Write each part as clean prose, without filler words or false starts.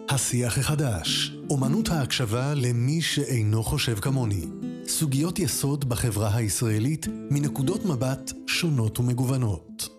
השיח החדש, אומנות ההקשבה למי שאינו חושב כמוני. סוגיות יסוד בחברה הישראלית מנקודות מבט שונות ומגוונות.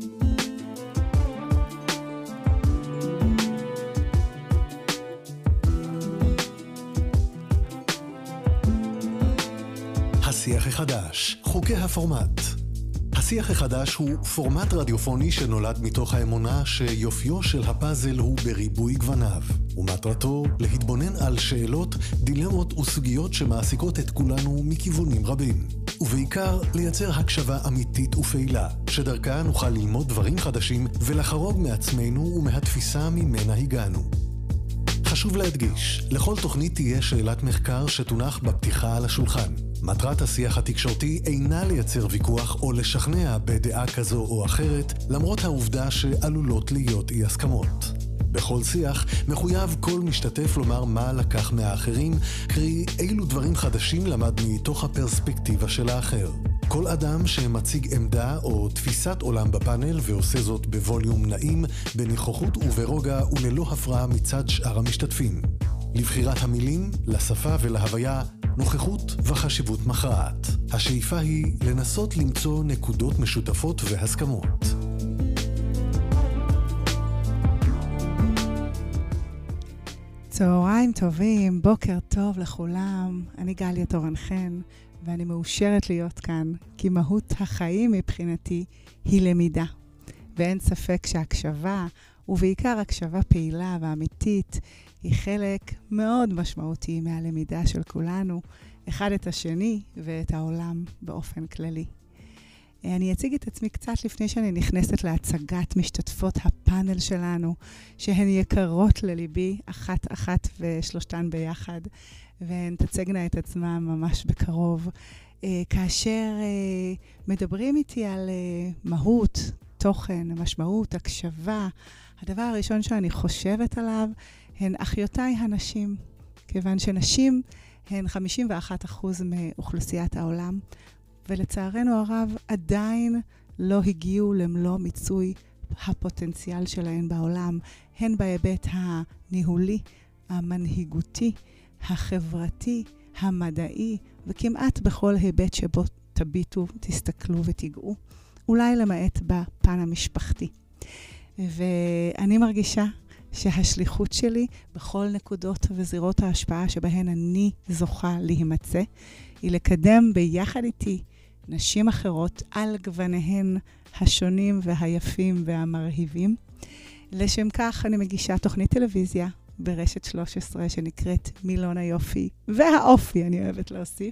השיח החדש, חוקי הפורמט. השיח החדש הוא פורמט רדיופוני שנולד מתוך האמונה שיופיו של הפאזל הוא בריבוי גווניו, ומטרתו להתבונן על שאלות, דילמות וסוגיות שמעסיקות את כולנו מכיוונים רבים, ובעיקר לייצר הקשבה אמיתית ופעילה, שדרכה נוכל ללמוד דברים חדשים ולחרוג מעצמנו ומהתפיסה ממנה הגענו. חשוב להדגיש, לכל תוכנית תהיה שאלת מחקר שתונח בפתיחה על השולחן. מטרת השיח התקשורתי אינה לייצר ויכוח או לשכנע בדעה כזו או אחרת, למרות העובדה שעלולות להיות אי הסכמות. בכל שיח מחויב כל משתתף לומר מה לקח מהאחרים, קרי אילו דברים חדשים למד מתוך הפרספקטיבה של האחר. כל אדם שמציג עמדה או תפיסת עולם בפאנל ועושה זאת בווליום נעים, בנוכחות וברוגע וללא הפרעה מצד שאר המשתתפים. לבחירת המילים, לשפה ולהוויה, נוכחות וחשיבות מכרעת. השאיפה היא לנסות למצוא נקודות משותפות והסכמות. צהריים טובים, בוקר טוב לכולם. אני גליה תורן חן, ואני מאושרת להיות כאן, כי מהות החיים מבחינתי היא למידה. ואין ספק שהקשבה, ובעיקר הקשבה פעילה ואמיתית, היא חלק מאוד משמעותי מהלמידה של כולנו, אחד את השני ואת העולם באופן כללי. אני אציג את עצמי קצת לפני שאני נכנסת להצגת משתתפות הפאנל שלנו, שהן יקרות לליבי, אחת ושלושתן ביחד, והן תצגנה את עצמן ממש בקרוב. כאשר מדברים איתי על מהות, תוכן, משמעות, הקשבה, הדבר הראשון שאני חושבת עליו הן אחיותיי הנשים, כיוון שנשים הן 51% מאוכלוסיית העולם, ולצערנו הרב עדיין לא הגיעו למלוא מיצוי הפוטנציאל שלהן בעולם, הן בהיבט הניהולי, המנהיגותי, החברתי, המדעי, וכמעט בכל היבט שבו תביטו, תסתכלו ותיגעו, אולי למעט בפן המשפחתי. ואני מרגישה שהשליחות שלי בכל נקודות וזירות ההשפעה שבהן אני זוכה להימצא, היא לקדם ביחד איתי נשים אחרות על גווניהן השונים והיפים והמרהיבים. לשם כך אני מגישה תוכנית טלוויזיה ברשת 13 שנקראת מילון היופי והאופי, אני אוהבת להוסיף.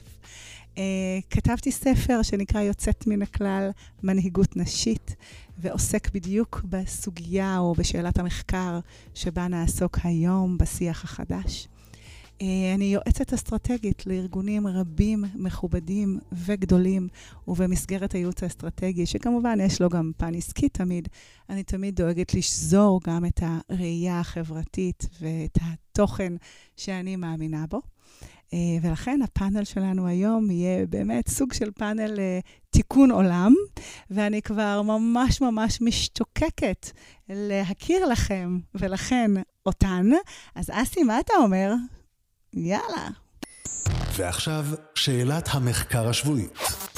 כתבתי ספר שנקרא יוצאת מן הכלל, מנהיגות נשית, ועוסק בדיוק בסוגיה או בשאלת המחקר שבה נעסוק היום בשיח החדש. אני יועצת אסטרטגית לארגונים רבים, מכובדים וגדולים, ובמסגרת הייעוץ האסטרטגי, שכמובן יש לו גם פן עסקי תמיד, אני תמיד דואגת לשזור גם את הראייה החברתית ואת התוכן שאני מאמינה בו. ולכן הפאנל שלנו היום יהיה באמת סוג של פאנל תיקון עולם, ואני כבר ממש משתוקקת להכיר לכם ולכן אותן. אז אסי, מה אתה אומר? יאללה. ועכשיו שאלת המחקר השבועית.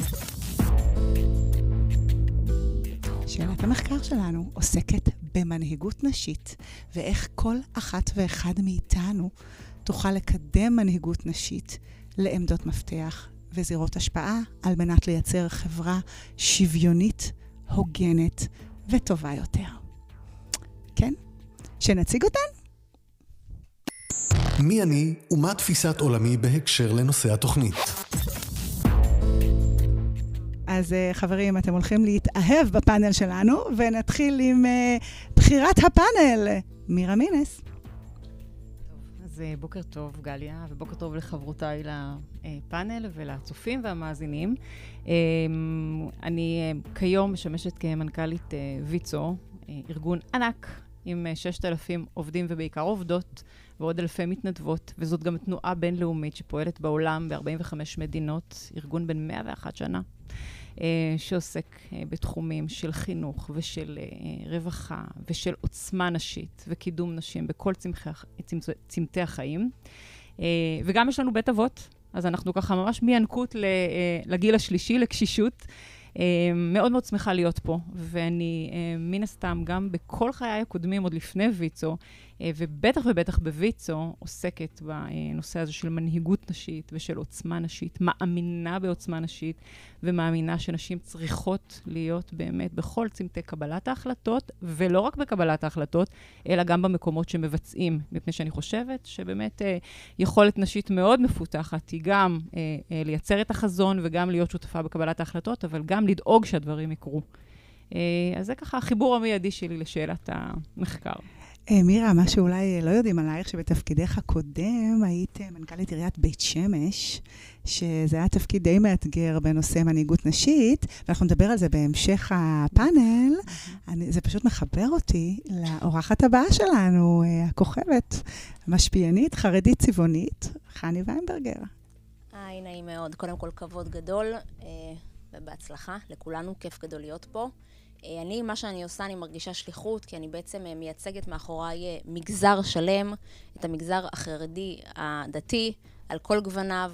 שאלת המחקר שלנו עוסקת במנהיגות נשית, ואיך כל אחת ואחד מאיתנו תוכל לקדם מנהיגות נשית לעמדות מפתח וזירות השפעה, על מנת לייצר חברה שוויונית, הוגנת וטובה יותר. כן? שנציג אותן? מי אני ומה תפיסת עולמי בהקשר לנושא התוכנית? אז חברים, אתם הולכים להתאהב בפאנל שלנו, ונתחיל עם בחירת הפאנל. מירה מינס. אז בוקר טוב גליה, ובוקר טוב לחברותיי לפאנל ולצופים והמאזינים. אני כיום משמשת כמנכ"לית ויצו, ארגון ענק עם 6,000 עובדים ובעיקר עובדות, ועוד אלפי מתנדבות, וזאת גם תנועה בינלאומית שפועלת בעולם ב-45 מדינות, ארגון בן 101 שנה. שעוסק בתחומים של חינוך ושל רווחה ושל עוצמה נשית וקידום נשים בכל צמתי החיים. וגם יש לנו בית אבות, אז אנחנו ככה ממש מינקות לגיל השלישי, לקשישות. מאוד מאוד שמחה להיות פה, ואני מן הסתם גם בכל חיי הקודמים, עוד לפני ויצו, ובטח ובטח בויצו, עוסקת בנושא הזה של מנהיגות נשית ושל עוצמה נשית, מאמינה בעוצמה נשית, ומאמינה שנשים צריכות להיות באמת בכל צמתי קבלת ההחלטות, ולא רק בקבלת ההחלטות, אלא גם במקומות שמבצעים, מפני שאני חושבת שבאמת יכולת נשית מאוד מפותחת, היא גם לייצר את החזון וגם להיות שותפה בקבלת ההחלטות, אבל גם לדאוג שהדברים יקרו. אז זה ככה החיבור המיידי שלי לשאלת המחקר. מירה, מה שאולי לא יודעים עלייך, שבתפקידך הקודם היית מנכ"לית עיריית בית שמש, שזה היה תפקיד די מאתגר בנושא מנהיגות נשית, ואנחנו נדבר על זה בהמשך הפאנל. זה פשוט מחבר אותי לאורחת הבאה שלנו, הכוכבת, המשפיענית, חרדית צבעונית, חני ויינברגר. היי, נעים מאוד. קודם כל כבוד גדול ובהצלחה לכולנו, כיף גדול להיות פה. מה שאני עושה, אני מרגישה שליחות, כי אני בעצם מייצגת מאחוריי מגזר שלם, את המגזר החרדי הדתי, על כל גווניו.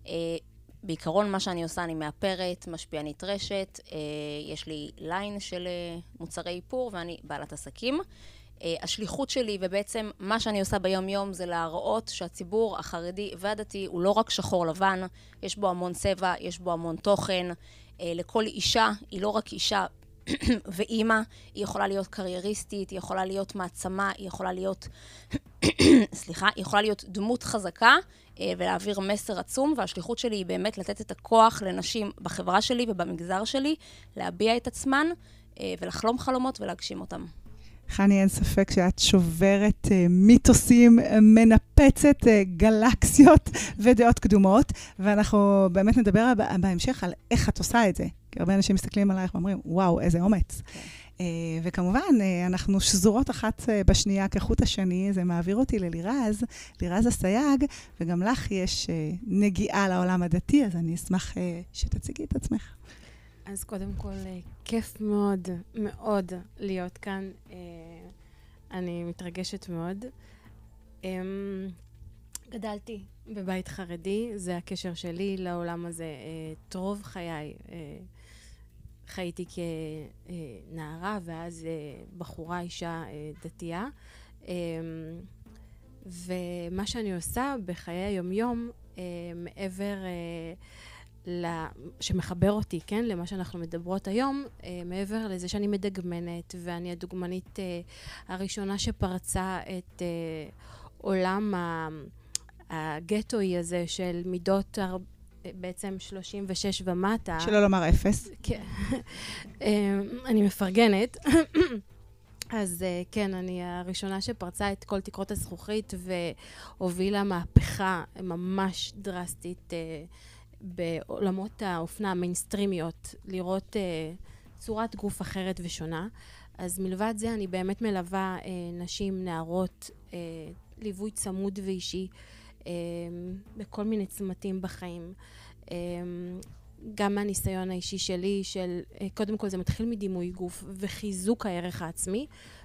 בעיקרון מה שאני עושה, אני מאפרת, משפיענית רשת, יש לי ליין של מוצרי איפור ואני בעלת עסקים. השליחות שלי ובעצם מה שאני עושה ביום יום זה להראות שהציבור החרדי והדתי הוא לא רק שחור לבן, יש בו המון צבע, יש בו המון תוכן. לכל אישה, היא לא רק אישה ואימא, היא יכולה להיות קרייריסטית, היא יכולה להיות מעצמה, היא יכולה להיות, היא יכולה להיות דמות חזקה ולהעביר מסר עצום, והשליחות שלי היא באמת לתת את הכוח לנשים בחברה שלי ובמגזר שלי, להביע את עצמן ולחלום חלומות ולהגשים אותם. חני, אין ספק שאת שוברת מיתוסים, מנפצת גלקסיות ודעות קדומות, ואנחנו באמת נדבר בהמשך על איך את עושה את זה. כי הרבה אנשים מסתכלים עלייך ואומרים, וואו, איזה אומץ. וכמובן, אנחנו שזורות אחת בשנייה כחוט השני, זה מעביר אותי ללירז, לירז הסייג, וגם לך יש נגיעה לעולם הדתי, אז אני אשמח שתציגי את עצמך. אז קודם כל, כיף מאוד מאוד להיות כאן. אני מתרגשת מאוד. גדלתי בבית חרדי, זה הקשר שלי לעולם הזה. טרוב חיי חייתי כנערה, ואז בחורה, אישה דתייה. ומה שאני עושה בחיי היומיום, מעבר שמחבר אותי, כן, למה שאנחנו מדברות היום, מעבר לזה שאני מדגמנת, ואני הדוגמנית הראשונה שפרצה את עולם הגטוי הזה של מידות בעצם 36 ומטה. שלא לומר 0. כן. אני מפרגנת. אז כן, אני הראשונה שפרצה את כל תקרות הזכוכית והובילה מהפכה ממש דרסטית בעולמות האופנה המיינסטרימיות, לראות צורת גוף אחרת ושונה. אז מלבד זה אני באמת מלווה נשים, נערות, ליווי צמוד ואישי בכל מיני צמתים בחיים. גם מהניסיון האישי שלי של, קודם כל זה מתחיל מדימוי גוף וחיזוק הערך העצמי,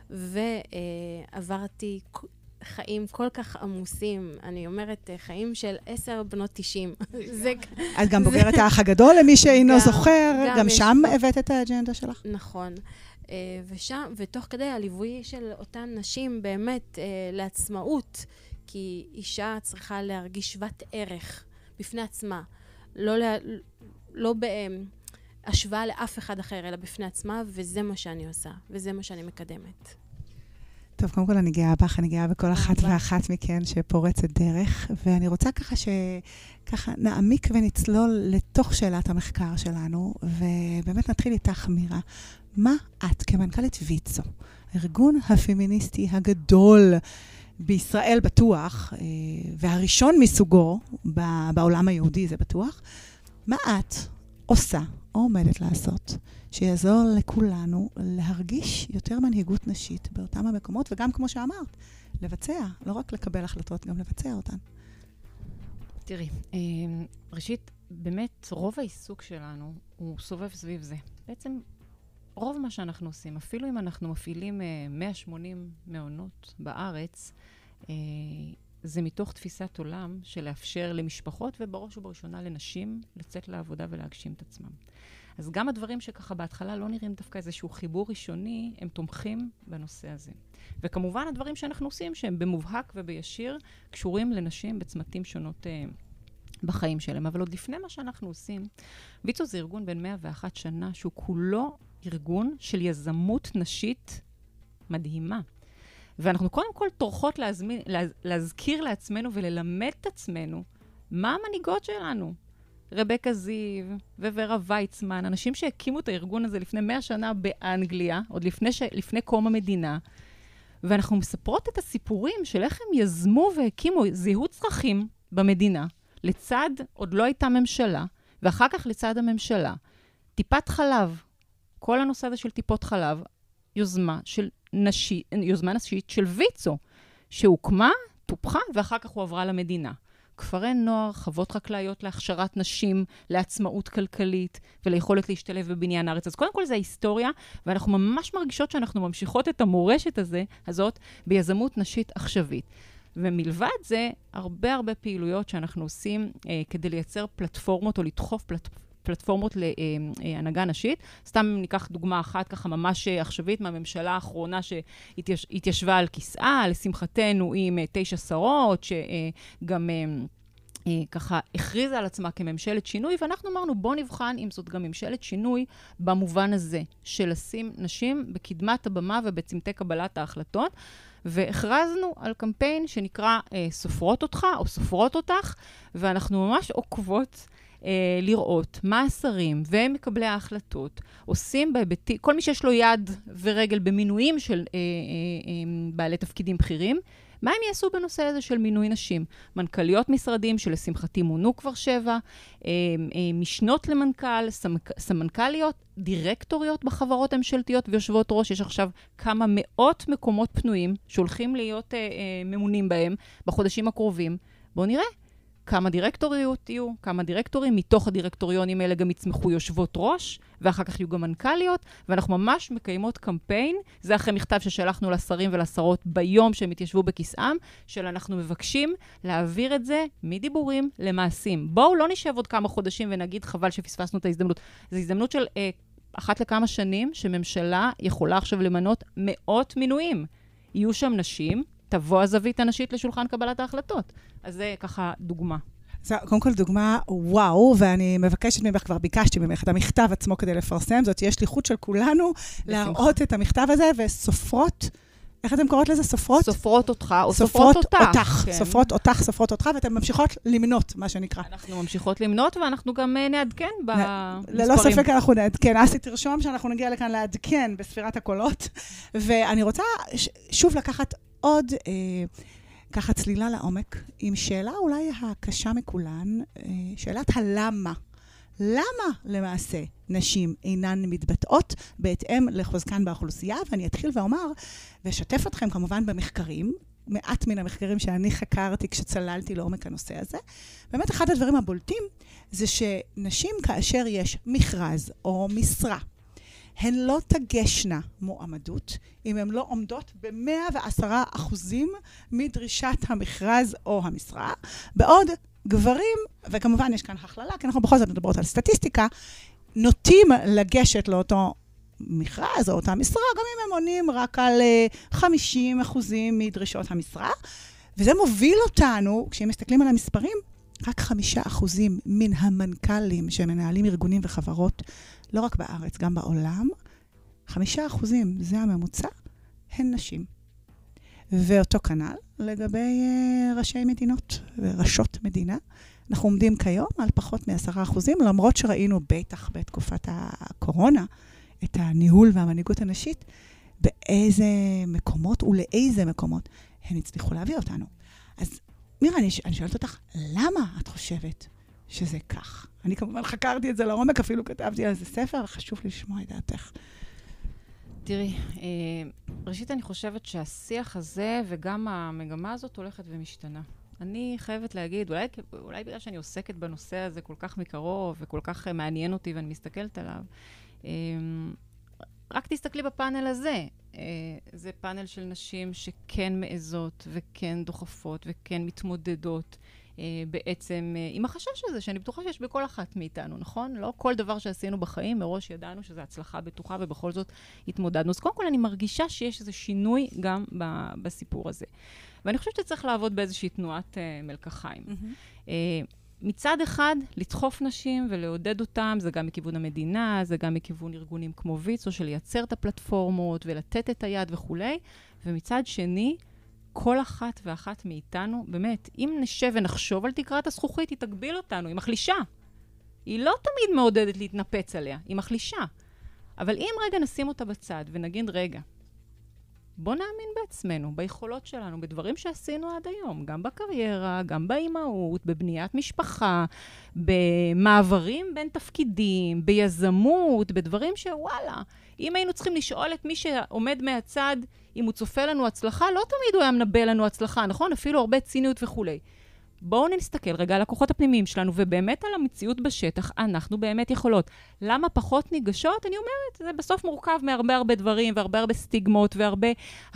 ועברתי חיים כל כך עמוסים, אני אומרת חיים של 10 בנות 90. את גם בוגרת האח הגדול למי שאינו זוכר, גם שם הבאת את האג'נדה שלך? נכון. ותוך כדי הליווי של אותן נשים באמת לעצמאות, כי אישה צריכה להרגיש שוות ערך בפני עצמה, לא בהשוואה לאף אחד אחר, אלא בפני עצמה, וזה מה שאני עושה, וזה מה שאני מקדמת. טוב, קודם כל אני גאה בך, אני גאה בכל אחת ואחת מכן שפורצת דרך, ואני רוצה ככה נעמיק ונצלול לתוך שאלת המחקר שלנו, ובאמת נתחיל איתך, מירה. מה את כמנכ"לית ויצו, הארגון הפמיניסטי הגדול בישראל בטוח, והראשון מסוגו בעולם היהודי זה בטוח, מה את עושה או עומדת לעשות שיעזור לכולנו להרגיש יותר מנהיגות נשית באותם המקומות, וגם כמו שאמרת, לבצע, לא רק לקבל החלטות, גם לבצע אותן? תראי, ראשית, באמת רוב העיסוק שלנו הוא סובב סביב זה. בעצם רוב מה שאנחנו עושים, אפילו אם אנחנו מפעילים 180 מעונות בארץ, זה מתוך תפיסת עולם של לאפשר למשפחות ובראש ובראשונה לנשים לצאת לעבודה ולהגשים את עצמם. אז גם הדברים שככה בהתחלה לא נראים דווקא איזשהו חיבור ראשוני, הם תומכים בנושא הזה. וכמובן הדברים שאנחנו עושים שהם במובהק ובישיר קשורים לנשים בצמתים שונות בחיים שלהם. אבל עוד לפני מה שאנחנו עושים, ויצו זה ארגון בין 101 שנה שהוא כולו ארגון של יזמות נשית מדהימה. ואנחנו קודם כל טורחות להזכיר לעצמנו וללמד את עצמנו מה המנהיגות שלנו. רבקה זיו ווורה ויצמן, אנשים שהקימו את הארגון הזה לפני 100 שנה באנגליה, עוד לפני קום המדינה, ואנחנו מספרות את הסיפורים של איך הם יזמו והקימו, זיהו צרכים במדינה, לצד, עוד לא הייתה ממשלה, ואחר כך לצד הממשלה. טיפת חלב, כל הנושא הזה של טיפות חלב, יוזמה נשית של ויצו, שהוקמה, טופחה, ואחר כך הועברה למדינה. כפרי נוער, חוות חקלאיות להכשרת נשים, לעצמאות כלכלית, וליכולת להשתלב בבניין הארץ. אז קודם כל זה ההיסטוריה, ואנחנו ממש מרגישות שאנחנו ממשיכות את המורשת הזאת ביזמות נשית עכשווית. ומלבד זה, הרבה פעילויות שאנחנו עושים כדי לייצר פלטפורמות או לדחוף פלטפורמות להנהגה נשית. סתם ניקח דוגמה אחת ככה ממש עכשווית מהממשלה האחרונה שהתיישבה על כיסאה, לשמחתנו עם 9 שרות, שגם ככה הכריזה על עצמה כממשלת שינוי, ואנחנו אמרנו בוא נבחן אם זאת גם ממשלת שינוי במובן הזה, של לשים נשים בקדמת הבמה ובצמתי קבלת ההחלטות, והכרזנו על קמפיין שנקרא סופרות אותך או סופרות אותך, ואנחנו ממש עוקבות לראות מה השרים ומקבלי ההחלטות עושים בהיבטים, כל מי שיש לו יד ורגל במינויים של בעלי תפקידים בכירים, מה הם יעשו בנושא הזה של מינוי נשים? מנכ"ליות משרדים שלשמחתי מונו כבר 7, משנות למנכ"ל, סמנכ"ליות, דירקטוריות בחברות הממשלתיות ויושבות ראש. יש עכשיו כמה מאות מקומות פנויים שהולכים להיות ממונים בהם בחודשים הקרובים. בואו נראה. כמה דירקטוריות יהיו, כמה דירקטורים, מתוך הדירקטוריונים האלה גם יצמחו יושבות ראש, ואחר כך יהיו גם מנכ"ליות, ואנחנו ממש מקיימות קמפיין, זה אחרי מכתב ששלחנו לשרים ולשרות ביום שהם התיישבו בכיסאם, של אנחנו מבקשים להעביר את זה מדיבורים למעשים. בואו לא נשב עוד כמה חודשים ונגיד חבל שפספסנו את ההזדמנות. זו הזדמנות של אחת לכמה שנים, שממשלה יכולה עכשיו למנות מאות מינויים. יהיו שם נשים, תבוא הזווית הנשית לשולחן קבלת ההחלטות. אז זה ככה דוגמה. זה קודם כל דוגמה, וואו, ואני מבקשת ממך, כבר ביקשתי ממך את המכתב עצמו כדי לפרסם, זאת יש שליחות של כולנו להראות את המכתב הזה, וסופרות, איך אתם קוראות לזה? סופרות? סופרות אותך, או סופרות אותך. כן. סופרות אותך, סופרות אותך, ואתן ממשיכות למנות, מה שנקרא. אנחנו ממשיכות למנות, ואנחנו גם נעדכן במספרים. ללא ספק אנחנו נעדכן. אסי, תרשום שאנחנו נגיע לכאן לעדכן בספירת הקולות, ואני רוצה שוב לקחת עוד ככה צלילה לעומק, עם שאלה אולי הקשה מכולן, שאלת הלמה. למה למעשה נשים אינן מתבטאות בהתאם לחוזקן באוכלוסייה? ואני אתחיל ואומר, ואשתף אתכם כמובן במחקרים, מעט מן המחקרים שאני חקרתי כשצללתי לעומק הנושא הזה. באמת אחד הדברים הבולטים זה שנשים כאשר יש מכרז או משרה, הן לא תגשנה מועמדות, אם הן לא עומדות ב-110% מדרישת המכרז או המשרה, בעוד גברים, וכמובן יש כאן הכללה, כי אנחנו בכל זאת מדברות על סטטיסטיקה, נוטים לגשת לאותו מכרז או אותה משרה, גם אם הם עונים רק על 50% מדרישות המשרה, וזה מוביל אותנו, כשהם מסתכלים על המספרים, רק 5% מן המנכ"לים שמנהלים ארגונים וחברות, לא רק בארץ, גם בעולם, 5%, זה הממוצע, הן נשים. ואותו כנ"ל לגבי ראשי מדינות וראשות מדינה. אנחנו עומדים כיום על פחות מ10%, למרות שראינו בטח בתקופת הקורונה, את הניהול והמנהיגות הנשית, באיזה מקומות ולאיזה מקומות הן הצליחו להביא אותנו. אז מירה, אני שואלת אותך, למה את חושבת שזה כך? אני כמובן חקרתי את זה לעומק, אפילו כתבתי על זה ספר, חשוב לי לשמוע את דעתך. תראי, ראשית אני חושבת שהשיח הזה וגם המגמה הזאת הולכת ומשתנה. אני חייבת להגיד, אולי בגלל שאני עוסקת בנושא הזה כל כך מקרוב, וכל כך מעניין אותי ואני מסתכלת עליו, רק תסתכלי בפאנל הזה. זה פאנל של נשים שכן מעזות וכן דוחפות וכן מתמודדות בעצם עם החשש הזה, שאני בטוחה שיש בכל אחת מאיתנו, נכון? לא כל דבר שעשינו בחיים, מראש ידענו שזו הצלחה בטוחה, ובכל זאת התמודדנו. אז קודם כל אני מרגישה שיש איזה שינוי גם בסיפור הזה. ואני חושבת שצריך לעבוד באיזושהי תנועת מלקחיים. מצד אחד, לדחוף נשים ולעודד אותם, זה גם מכיוון המדינה, זה גם מכיוון ארגונים כמו ויצו, של לייצר את הפלטפורמות ולתת את היד וכו'. ומצד שני, כל אחת ואחת מאיתנו, באמת, אם נשב ונחשוב על תקרת הזכוכית, היא תגביל אותנו, היא מחלישה. היא לא תמיד מעודדת להתנפץ עליה, היא מחלישה. אבל אם רגע נשים אותה בצד ונגיד, רגע, בוא נאמין בעצמנו, ביכולות שלנו, בדברים שעשינו עד היום, גם בקריירה, גם באימהות, בבניית משפחה, במעברים בין תפקידים, ביזמות, בדברים שוואלה, אם היינו צריכים לשאול את מי שעומד מהצד, אם הוא צופה לנו הצלחה, לא תמיד הוא היה מנבא לנו הצלחה, נכון? אפילו הרבה ציניות וכו'. בואו נסתכל רגע על הכוחות הפנימיים שלנו, ובאמת על המציאות בשטח, אנחנו באמת יכולות. למה פחות ניגשות? אני אומרת, זה בסוף מורכב מהרבה דברים, והרבה סטיגמות, והרבה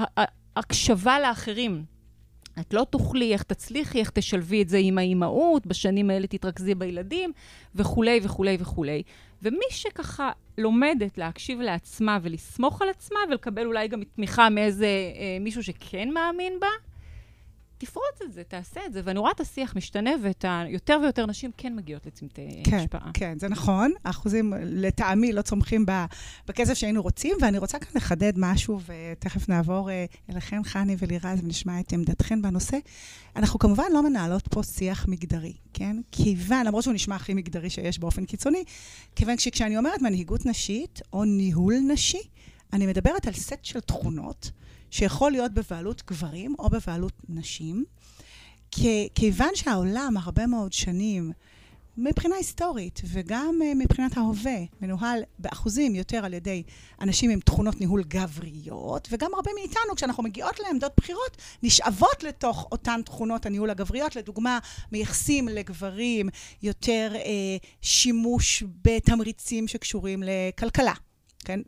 הקשבה לאחרים. את לא תוכלי, איך תצליחי, איך תשלבי את זה עם האימהות, בשנים האלה תתרכזי בילדים, וכו' וכו' וכו'. ומי שככה לומדת להקשיב לעצמה ולסמוך על עצמה, ולקבל אולי גם תמיכה מאיזה מישהו שכן מאמין בה, תפרוץ את זה, תעשה את זה, ואני רואה את השיח משתנה, ויותר ויותר נשים כן מגיעות לצמתי השפעה. כן, זה נכון. האחוזים לטעמי לא צומחים בכסף שהיינו רוצים, ואני רוצה כאן לחדד משהו, ותכף נעבור אליכם, חני ולירז, ונשמע את עמדתכן בנושא. אנחנו כמובן לא מנהלות פה שיח מגדרי, כן? כיוון, למרות שהוא נשמע הכי מגדרי שיש באופן קיצוני, כיוון שכשאני אומרת מנהיגות נשית, או ניהול נשי, אני מדברת על סט של תכונות, שיכול להיות בבעלות גברים או בבעלות נשים, כיוון שהעולם הרבה מאוד שנים, מבחינה היסטורית וגם מבחינת ההווה, מנוהל באחוזים יותר על ידי אנשים עם תכונות ניהול גבריות, וגם הרבה מאיתנו, כשאנחנו מגיעות לעמדות בחירות, נשאבות לתוך אותן תכונות הניהול הגבריות, לדוגמה, מייחסים לגברים יותר שימוש בתמריצים שקשורים לכלכלה. כן?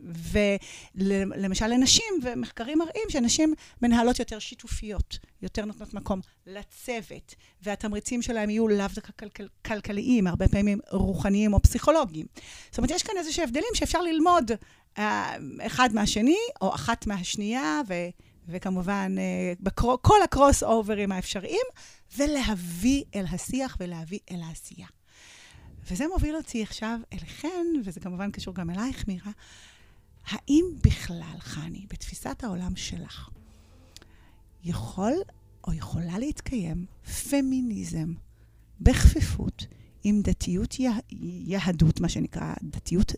ולמשל לנשים, ומחקרים מראים שנשים מנהלות יותר שיתופיות, יותר נותנות מקום לצוות, והתמריצים שלהם יהיו לאו דווקא כלכליים, הרבה פעמים רוחניים או פסיכולוגיים. זאת אומרת, יש כאן איזשהו הבדלים שאפשר ללמוד אחד מהשני, או אחת מהשנייה, וכמובן כל הקרוס אוברים האפשריים, ולהביא אל השיח ולהביא אל העשייה. וזה מוביל אותי עכשיו אליכן, וזה כמובן קשור גם אלייך, מירה. האם בכלל, חני, בתפיסת העולם שלך, יכול או יכולה להתקיים פמיניזם בכפיפות עם דתיות יהדות, מה שנקרא דתיות,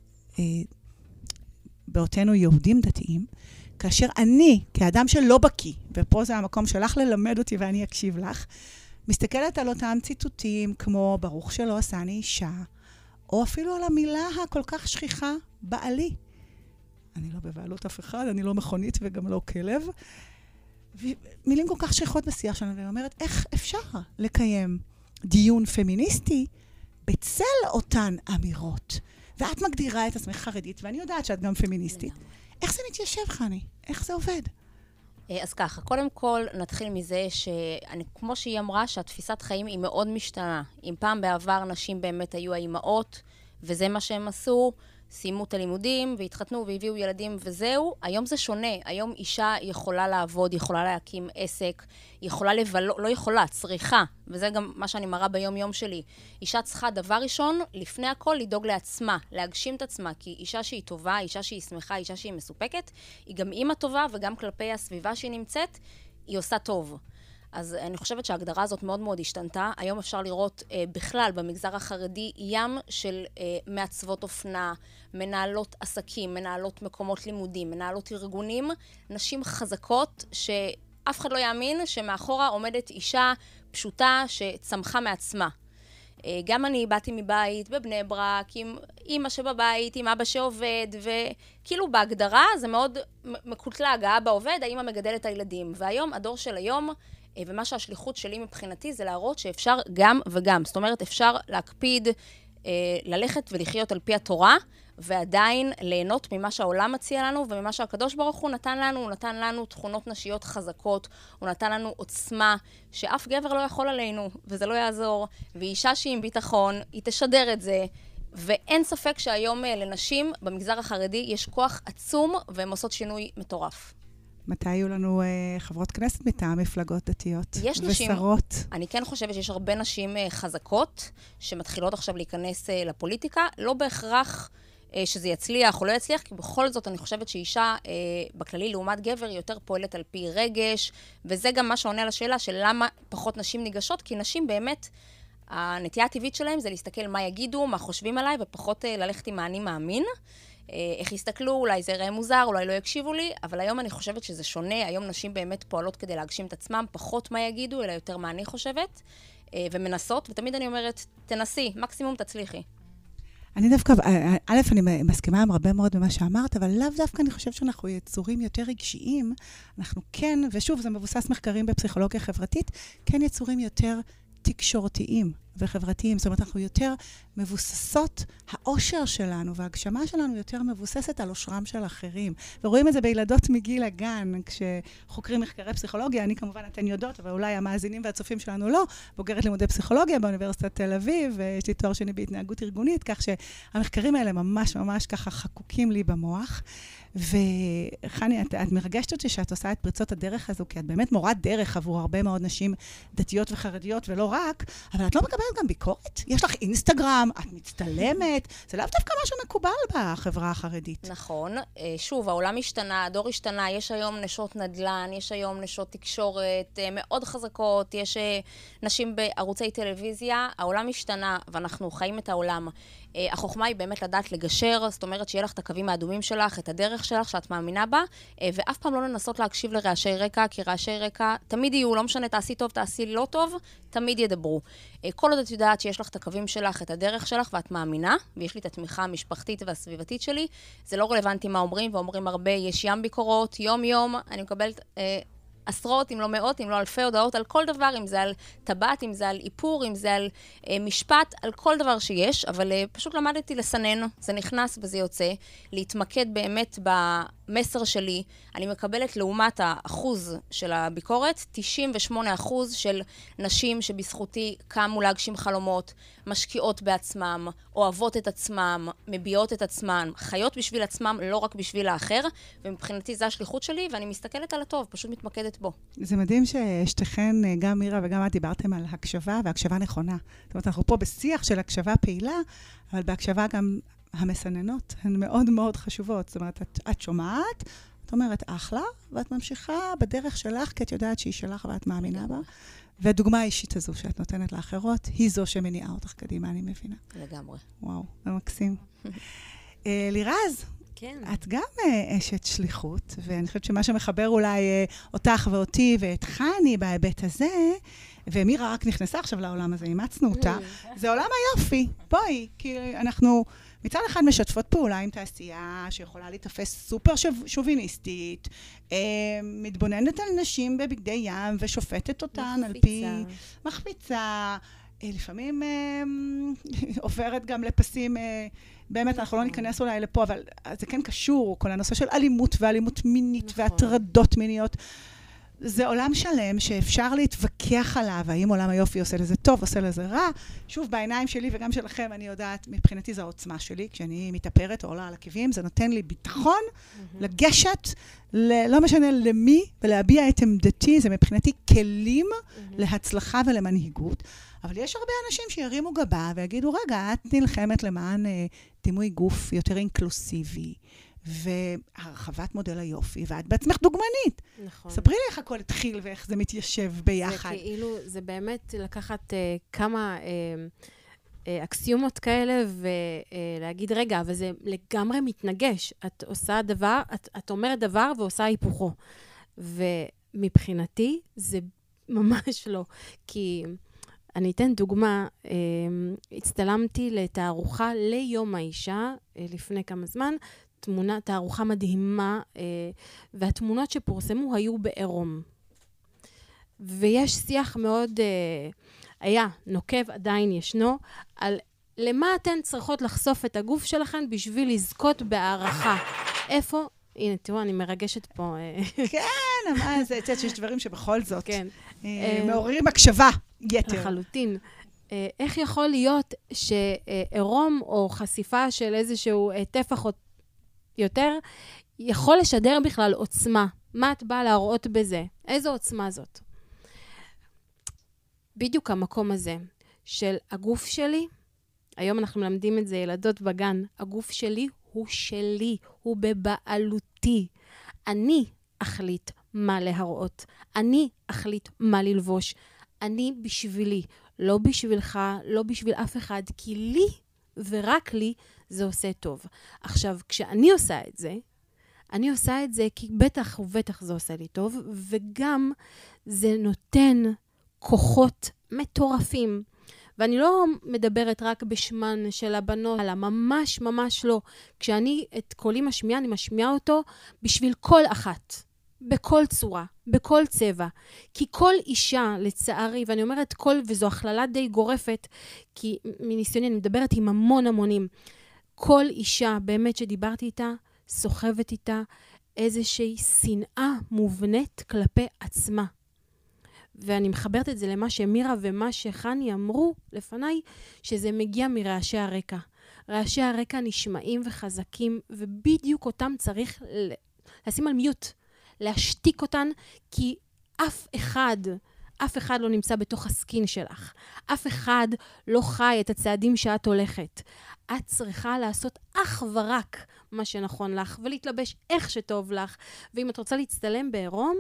באותנו יהודים דתיים, כאשר אני, כאדם שלא בקי, ופה זה המקום שלך ללמד אותי ואני אקשיב לך, מסתכלת על אותם ציטוטים כמו ברוך שלא עשני אישה, או אפילו על המילה הכל כך שכיחה, בעלי. אני לא בבעלות אף אחד, אני לא מכונית וגם לא כלב. מילים כל כך שכיחות בשיח שלנו, ואני אומרת, איך אפשר לקיים דיון פמיניסטי בצל אותן אמירות? ואת מגדירה את עצמך חרדית, ואני יודעת שאת גם פמיניסטית. איך זה מתיישב, חני? איך זה עובד? אז ככה, קודם כל נתחיל מזה כמו שהיא אמרה, שהתפיסת חיים היא מאוד משתנה. אם פעם בעבר נשים באמת היו האימהות, וזה מה שהם עשו, סיימו את הלימודים והתחתנו והביאו ילדים וזהו, היום זה שונה. היום אישה יכולה לעבוד, יכולה להקים עסק, יכולה לא יכולה, צריכה, וזה גם מה שאני מראה ביום יום שלי. אישה צריכה דבר ראשון, לפני הכל לדאוג לעצמה, להגשים את עצמה, כי אישה שהיא טובה, אישה שהיא שמחה, אישה שהיא מסופקת, היא גם אימא טובה וגם כלפי הסביבה שהיא נמצאת, היא עושה טוב. אז אני חושבת שההגדרה הזאת מאוד מאוד השתנתה. היום אפשר לראות בכלל במגזר החרדי ים של מעצבות אופנה, מנהלות עסקים, מנהלות מקומות לימודים, מנהלות ארגונים, נשים חזקות שאף אחד לא יאמין שמאחורה עומדת אישה פשוטה שצמחה מעצמה. גם אני באתי מבית בבני ברק עם אמא שבבית, עם אבא שעובד, וכאילו בהגדרה זה מאוד מקוטלג, האבא עובד, האמא מגדלת את הילדים. והיום, הדור של היום, ומה שהשליחות שלי מבחינתי זה להראות שאפשר גם וגם. זאת אומרת, אפשר להקפיד, ללכת ולחיות על פי התורה, ועדיין ליהנות ממה שהעולם מציע לנו, וממה שהקדוש ברוך הוא נתן לנו. הוא נתן לנו תכונות נשיות חזקות, הוא נתן לנו עוצמה, שאף גבר לא יכול עלינו, וזה לא יעזור. ואישה שהיא עם ביטחון, היא תשדר את זה, ואין ספק שהיום לנשים במגזר החרדי יש כוח עצום, והן עושות שינוי מטורף. מתי היו לנו חברות כנסת מטעם מפלגות דתיות? יש נשים, ושרות. אני כן חושבת שיש הרבה נשים חזקות, שמתחילות עכשיו להיכנס לפוליטיקה, לא בהכרח שזה יצליח או לא יצליח, כי בכל זאת אני חושבת שאישה בכללי לעומת גבר היא יותר פועלת על פי רגש, וזה גם מה שעונה על השאלה של למה פחות נשים ניגשות, כי נשים באמת, הנטייה הטבעית שלהם זה להסתכל מה יגידו, מה חושבים עליי, ופחות ללכת עם האני מאמין. איך יסתכלו, אולי זה יראה מוזר, אולי לא יקשיבו לי, אבל היום אני חושבת שזה שונה, היום נשים באמת פועלות כדי להגשים את עצמם, פחות מה יגידו, אלא יותר מה אני חושבת, ומנסות, ותמיד אני אומרת, תנסי, מקסימום תצליחי. אני דווקא, א', אני מסכימה עם הרבה מאוד במה שאמרת, אבל לאו דווקא אני חושבת שאנחנו יצורים יותר רגשיים, אנחנו כן, ושוב, זה מבוסס מחקרים בפסיכולוגיה חברתית, כן יצורים יותר תקשורתיים וחברתיים. זאת אומרת, אנחנו יותר מבוססות, האושר שלנו וההגשמה שלנו יותר מבוססת על אושרם של אחרים. ורואים את זה בילדות מגיל הגן, כשחוקרים מחקרי פסיכולוגיה, אני כמובן אתן יודעות, אבל אולי המאזינים והצופים שלנו לא, בוגרת לימודי פסיכולוגיה באוניברסיטת תל אביב, ויש לי תואר שני בהתנהגות ארגונית, כך שהמחקרים האלה ממש ממש ככה חקוקים לי במוח. וחני, את מרגשת אותי שאת עושה את פריצות הדרך הזו, כי את באמת מורת דרך עבור הרבה מאוד נשים דתיות וחרדיות, ולא רק, אבל את לא מקבלת גם ביקורת. יש לך אינסטגרם, את מצטלמת, זה לאו דווקא משהו מקובל בחברה החרדית. נכון. שוב, העולם השתנה, הדור השתנה, יש היום נשות נדל"ן, יש היום נשות תקשורת מאוד חזקות, יש נשים בערוצי טלוויזיה, העולם השתנה ואנחנו חיים את העולם. החוכמה היא באמת לדעת לגשר, זאת אומרת שיהיה לך את הקווים האדומים שלך, את הדרך שלך שאת מאמינה בה, ואף פעם לא לנסות להקשיב לרעשי רקע, כי רעשי רקע תמיד יהיו, לא משנה, תעשי טוב, תעשי לא טוב, תמיד ידברו. כל עוד את יודעת שיש לך את הקווים שלך, את הדרך שלך, ואת מאמינה, ויש לי את התמיכה המשפחתית והסביבתית שלי, זה לא רלוונטי מה אומרים, ואומרים הרבה, יש ים ביקורות, יום, אני מקבלת עשרות, אם לא מאות, אם לא אלפי הודעות על כל דבר, אם זה על טבעת, אם זה על איפור, אם זה על משפט, על כל דבר שיש, אבל פשוט למדתי לסנן, זה נכנס וזה יוצא, להתמקד באמת במסר שלי. אני מקבלת לעומת האחוז של הביקורת, 98% של נשים שבזכותי קמו להגשים חלומות, משקיעות בעצמם, אוהבות את עצמם, מביעות את עצמם, חיות בשביל עצמם, לא רק בשביל האחר, ומבחינתי זה השליחות שלי, ואני מסתכלת על הטוב, פשוט מתמקדת בו. זה מדהים ששתיכן, גם מירה וגם את דיברתם על הקשבה, והקשבה נכונה. זאת אומרת, אנחנו פה בשיח של הקשבה פעילה, אבל בהקשבה גם המסננות הן מאוד מאוד חשובות. זאת אומרת, את שומעת, את אומרת אחלה, ואת ממשיכה בדרך שלך, כי את יודעת שהיא שלך ואת מאמינה בה. והדוגמה האישית הזו שאת נותנת לאחרות, היא זו שמניעה אותך קדימה, אני מבינה. לגמרי. וואו, זה מקסים. לירז, כן. את גם אשת שליחות, ואני חושבת שמה שמחבר אולי אותך ואותי ואת חני בהיבט הזה, ומירה רק נכנסה עכשיו לעולם הזה, אימצנו אותה, זה עולם היופי. בואי, כי אנחנו מצד אחד משתפות פעולה עם תעשייה שיכולה להתאפס סופר שוביניסטית, מתבוננת על נשים בבגדי ים ושופטת אותן על פי מחפיצה, לפעמים עוברת גם לפסים, באמת אנחנו לא ניכנס אולי לפה, אבל זה כן קשור, כל הנושא של אלימות ואלימות מינית והטרדות מיניות. זה עולם שלם שאפשר להתווכח עליו, האם עולם היופי עושה לזה טוב, עושה לזה רע. שוב, בעיניים שלי וגם שלכם, אני יודעת, מבחינתי זו העוצמה שלי, כשאני מתאפרת או עולה על עקבים, זה נותן לי ביטחון לגשת, לא משנה למי, ולהביע את עמדתי, זה מבחינתי כלים להצלחה ולמנהיגות. אבל יש הרבה אנשים שירימו גבה ויגידו, רגע, את נלחמת למען דימוי גוף יותר אינקלוסיבי, והרחבת מודל היופי, ואת בעצמך דוגמנית. נכון. ספרי לי איך הכל התחיל ואיך זה מתיישב ביחד. זה כאילו, זה באמת לקחת כמה אקסיומות כאלה, ולהגיד, רגע, אבל זה לגמרי מתנגש. את עושה דבר, את אומרת דבר ועושה היפוכו. ומבחינתי, זה ממש לא. כי אני אתן דוגמה, הצטלמתי לתערוכה ליום האישה, לפני כמה זמן, תערוכה מדהימה, והתמונות שפורסמו היו בעירום. ויש שיח מאוד, היה נוקב, עדיין ישנו, על למה אתן צריכות לחשוף את הגוף שלכן בשביל לזכות בהערכה. איפה? הנה, תראו, אני מרגשת פה. כן, אבל זה יצאת שיש דברים שבכל זאת כן. מעוררים הקשבה יתר. לחלוטין. איך יכול להיות שעירום או חשיפה של איזשהו טפח או יותר, יכול לשדר בכלל עוצמה? מה את באה להראות בזה? איזו עוצמה זאת? בדיוק המקום הזה של הגוף שלי, היום אנחנו מלמדים את זה ילדות בגן, הגוף שלי הוא שלי, הוא בבעלותי. אני אחליט מה להראות, אני אחליט מה ללבוש, אני בשבילי, לא בשבילך, לא בשביל אף אחד, כי לי ורק לי זה עושה טוב. עכשיו, כשאני עושה את זה, אני עושה את זה כי בטח ובטח זה עושה לי טוב, וגם זה נותן כוחות מטורפים. ואני לא מדברת רק בשמן של הבנות, אלא ממש ממש לא. כשאני את קולי משמיעה, אני משמיעה אותו בשביל כל אחת. בכל צורה, בכל צבע. כי כל אישה, לצערי, ואני אומרת כל, וזו הכללה די גורפת, כי מניסיוני אני מדברת עם המון המונים. כל אישה באמת שדיברתי איתה, סוחבת איתה איזושהי שנאה מובנית כלפי עצמה. ואני מחברת את זה למה שמירה ומה שחני אמרו לפניי, שזה מגיע מרעשי הרקע. רעשי הרקע נשמעים וחזקים, ובדיוק אותם צריך לשים על מיוט, להשתיק אותן, כי אף אחד לא נמצא בתוך הסקין שלך. אף אחד לא חי את הצעדים שאת הולכת. את צריכה לעשות אך ורק מה שנכון לך, ולהתלבש איך שטוב לך. ואם את רוצה להצטלם בעירום,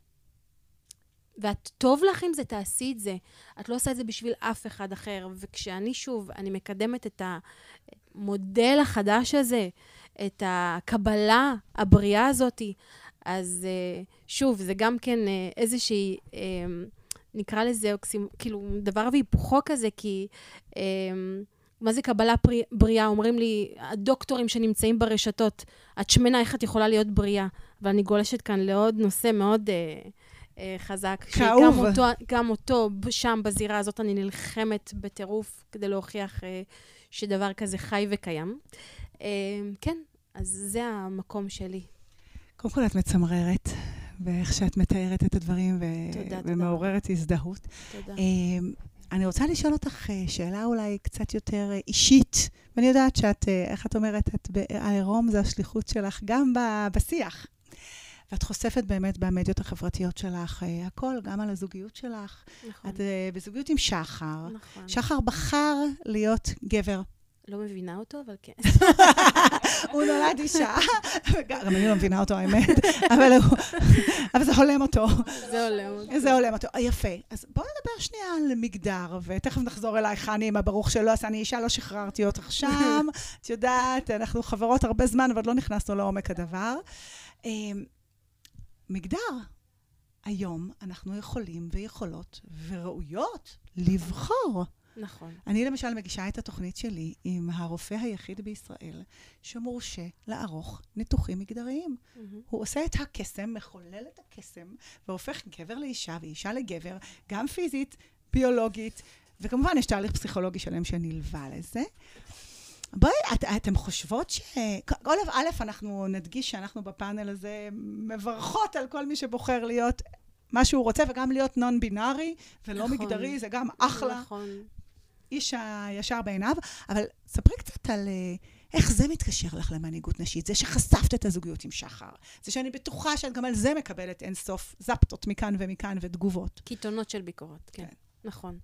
ואת טוב לך אם זה, תעשי את זה. את לא עושה את זה בשביל אף אחד אחר. וכשאני שוב, אני מקדמת את המודל החדש הזה, את הקבלה הבריאה הזאת, אז שוב, זה גם כן איזושהי, נקרא לזה, כאילו, דבר והיפוכו כזה, כי מה זה קבלה בריאה? אומרים לי, הדוקטורים שנמצאים ברשתות, את שמנה, איך את יכולה להיות בריאה? אבל אני גולשת כאן לעוד נושא מאוד חזק. כאוב. גם אותו, שם בזירה הזאת, אני נלחמת בטירוף, כדי להוכיח שדבר כזה חי וקיים. כן, אז זה המקום שלי. קודם כל את מצמררת, ואיך שאת מתארת את הדברים, ומעוררת הזדהות. תודה. אני רוצה לשאול אותך שאלה אולי קצת יותר אישית, ואני יודעת שאת, איך את אומרת, העירום זה השליחות שלך גם בשיח. ואת חושפת באמת במדיות החברתיות שלך הכל, גם על הזוגיות שלך. נכון. את בזוגיות עם שחר. נכון. שחר בחר להיות גבר. לא מבינה אותו, אבל כן. הוא נולד אישה, גם אני לא מבינה אותו, האמת, אבל זה הולם אותו. זה הולם אותו. יפה. אז בואו נדבר שנייה על מגדר, ותכף נחזור אליי, חני, מה ברוך שלא עשה, אני אישה, לא שחררתי אותך שם. את יודעת, אנחנו חברות הרבה זמן, אבל לא נכנסנו לעומק הדבר. מגדר. היום אנחנו יכולים ויכולות וראויות לבחור. נכון. אני למשל מגישה את התוכנית שלי עם הרופא היחיד בישראל שמורשה לערוך ניתוחים מגדריים. הוא עושה את הקסם, מחולל את הקסם, והופך גבר לאישה ואישה לגבר, גם פיזית, ביולוגית, וכמובן יש תהליך פסיכולוגי שלם שנלווה לזה. בואי, אתם חושבות א', אנחנו נדגיש שאנחנו בפאנל הזה מברכות על כל מי שבוחר להיות מה שהוא רוצה, וגם להיות נון-בינארי ולא נכון. מגדרי, זה גם אחלה. נכון. איש הישר בעיניו, אבל ספרי קצת על איך זה מתקשר לך למנהיגות נשית, זה שחשפת את הזוגיות עם שחר, זה שאני בטוחה שאת גם על זה מקבלת אינסוף זפטות מכאן ומכאן ותגובות. קיתונות של ביקורת, כן. נכון.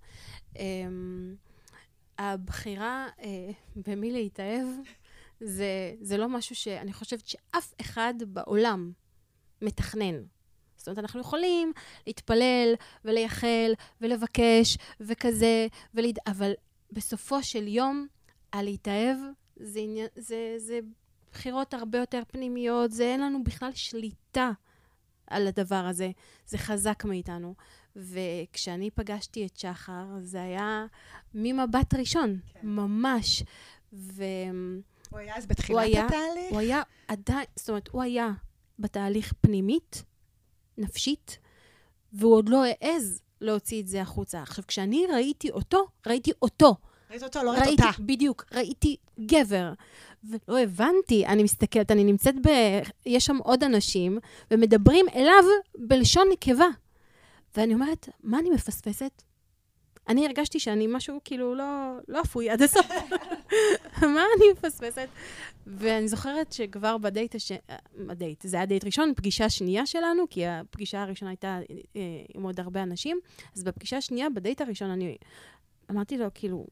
הבחירה במי להתאהב, זה לא משהו שאני חושבת שאף אחד בעולם מתכנן. זאת אומרת, אנחנו יכולים להתפלל ולייחל ולבקש וכזה, אבל בסופו של יום, להתאהב זה בחירות הרבה יותר פנימיות, אין לנו בכלל שליטה על הדבר הזה, זה חזק מאיתנו. וכשאני פגשתי את שחר, זה היה ממבט ראשון, כן. ממש. הוא היה אז בתחילת התהליך? הוא היה עדיין, זאת אומרת, הוא היה בתהליך פנימית, נפשית, והוא עוד לא העז להוציא את זה החוצה. עכשיו, כשאני ראיתי אותו, ראיתי אותו. ראית אותו, לא ראית אותה. בדיוק, ראיתי גבר. ולא הבנתי, אני מסתכלת, אני נמצאת יש שם עוד אנשים, ומדברים אליו בלשון נקבה. ואני אומרת, מה אני מפספסת? אני הרגשתי שאני משהו כאילו לא אפוי עד הסוף. מה אני מפספסת? ואני זוכרת שכבר בדייט, זה היה דייט ראשון, פגישה שנייה שלנו, כי הפגישה הראשונה הייתה עם עוד הרבה אנשים, אז בפגישה השנייה, בדייט הראשון, אני אמרתי לו, כאילו,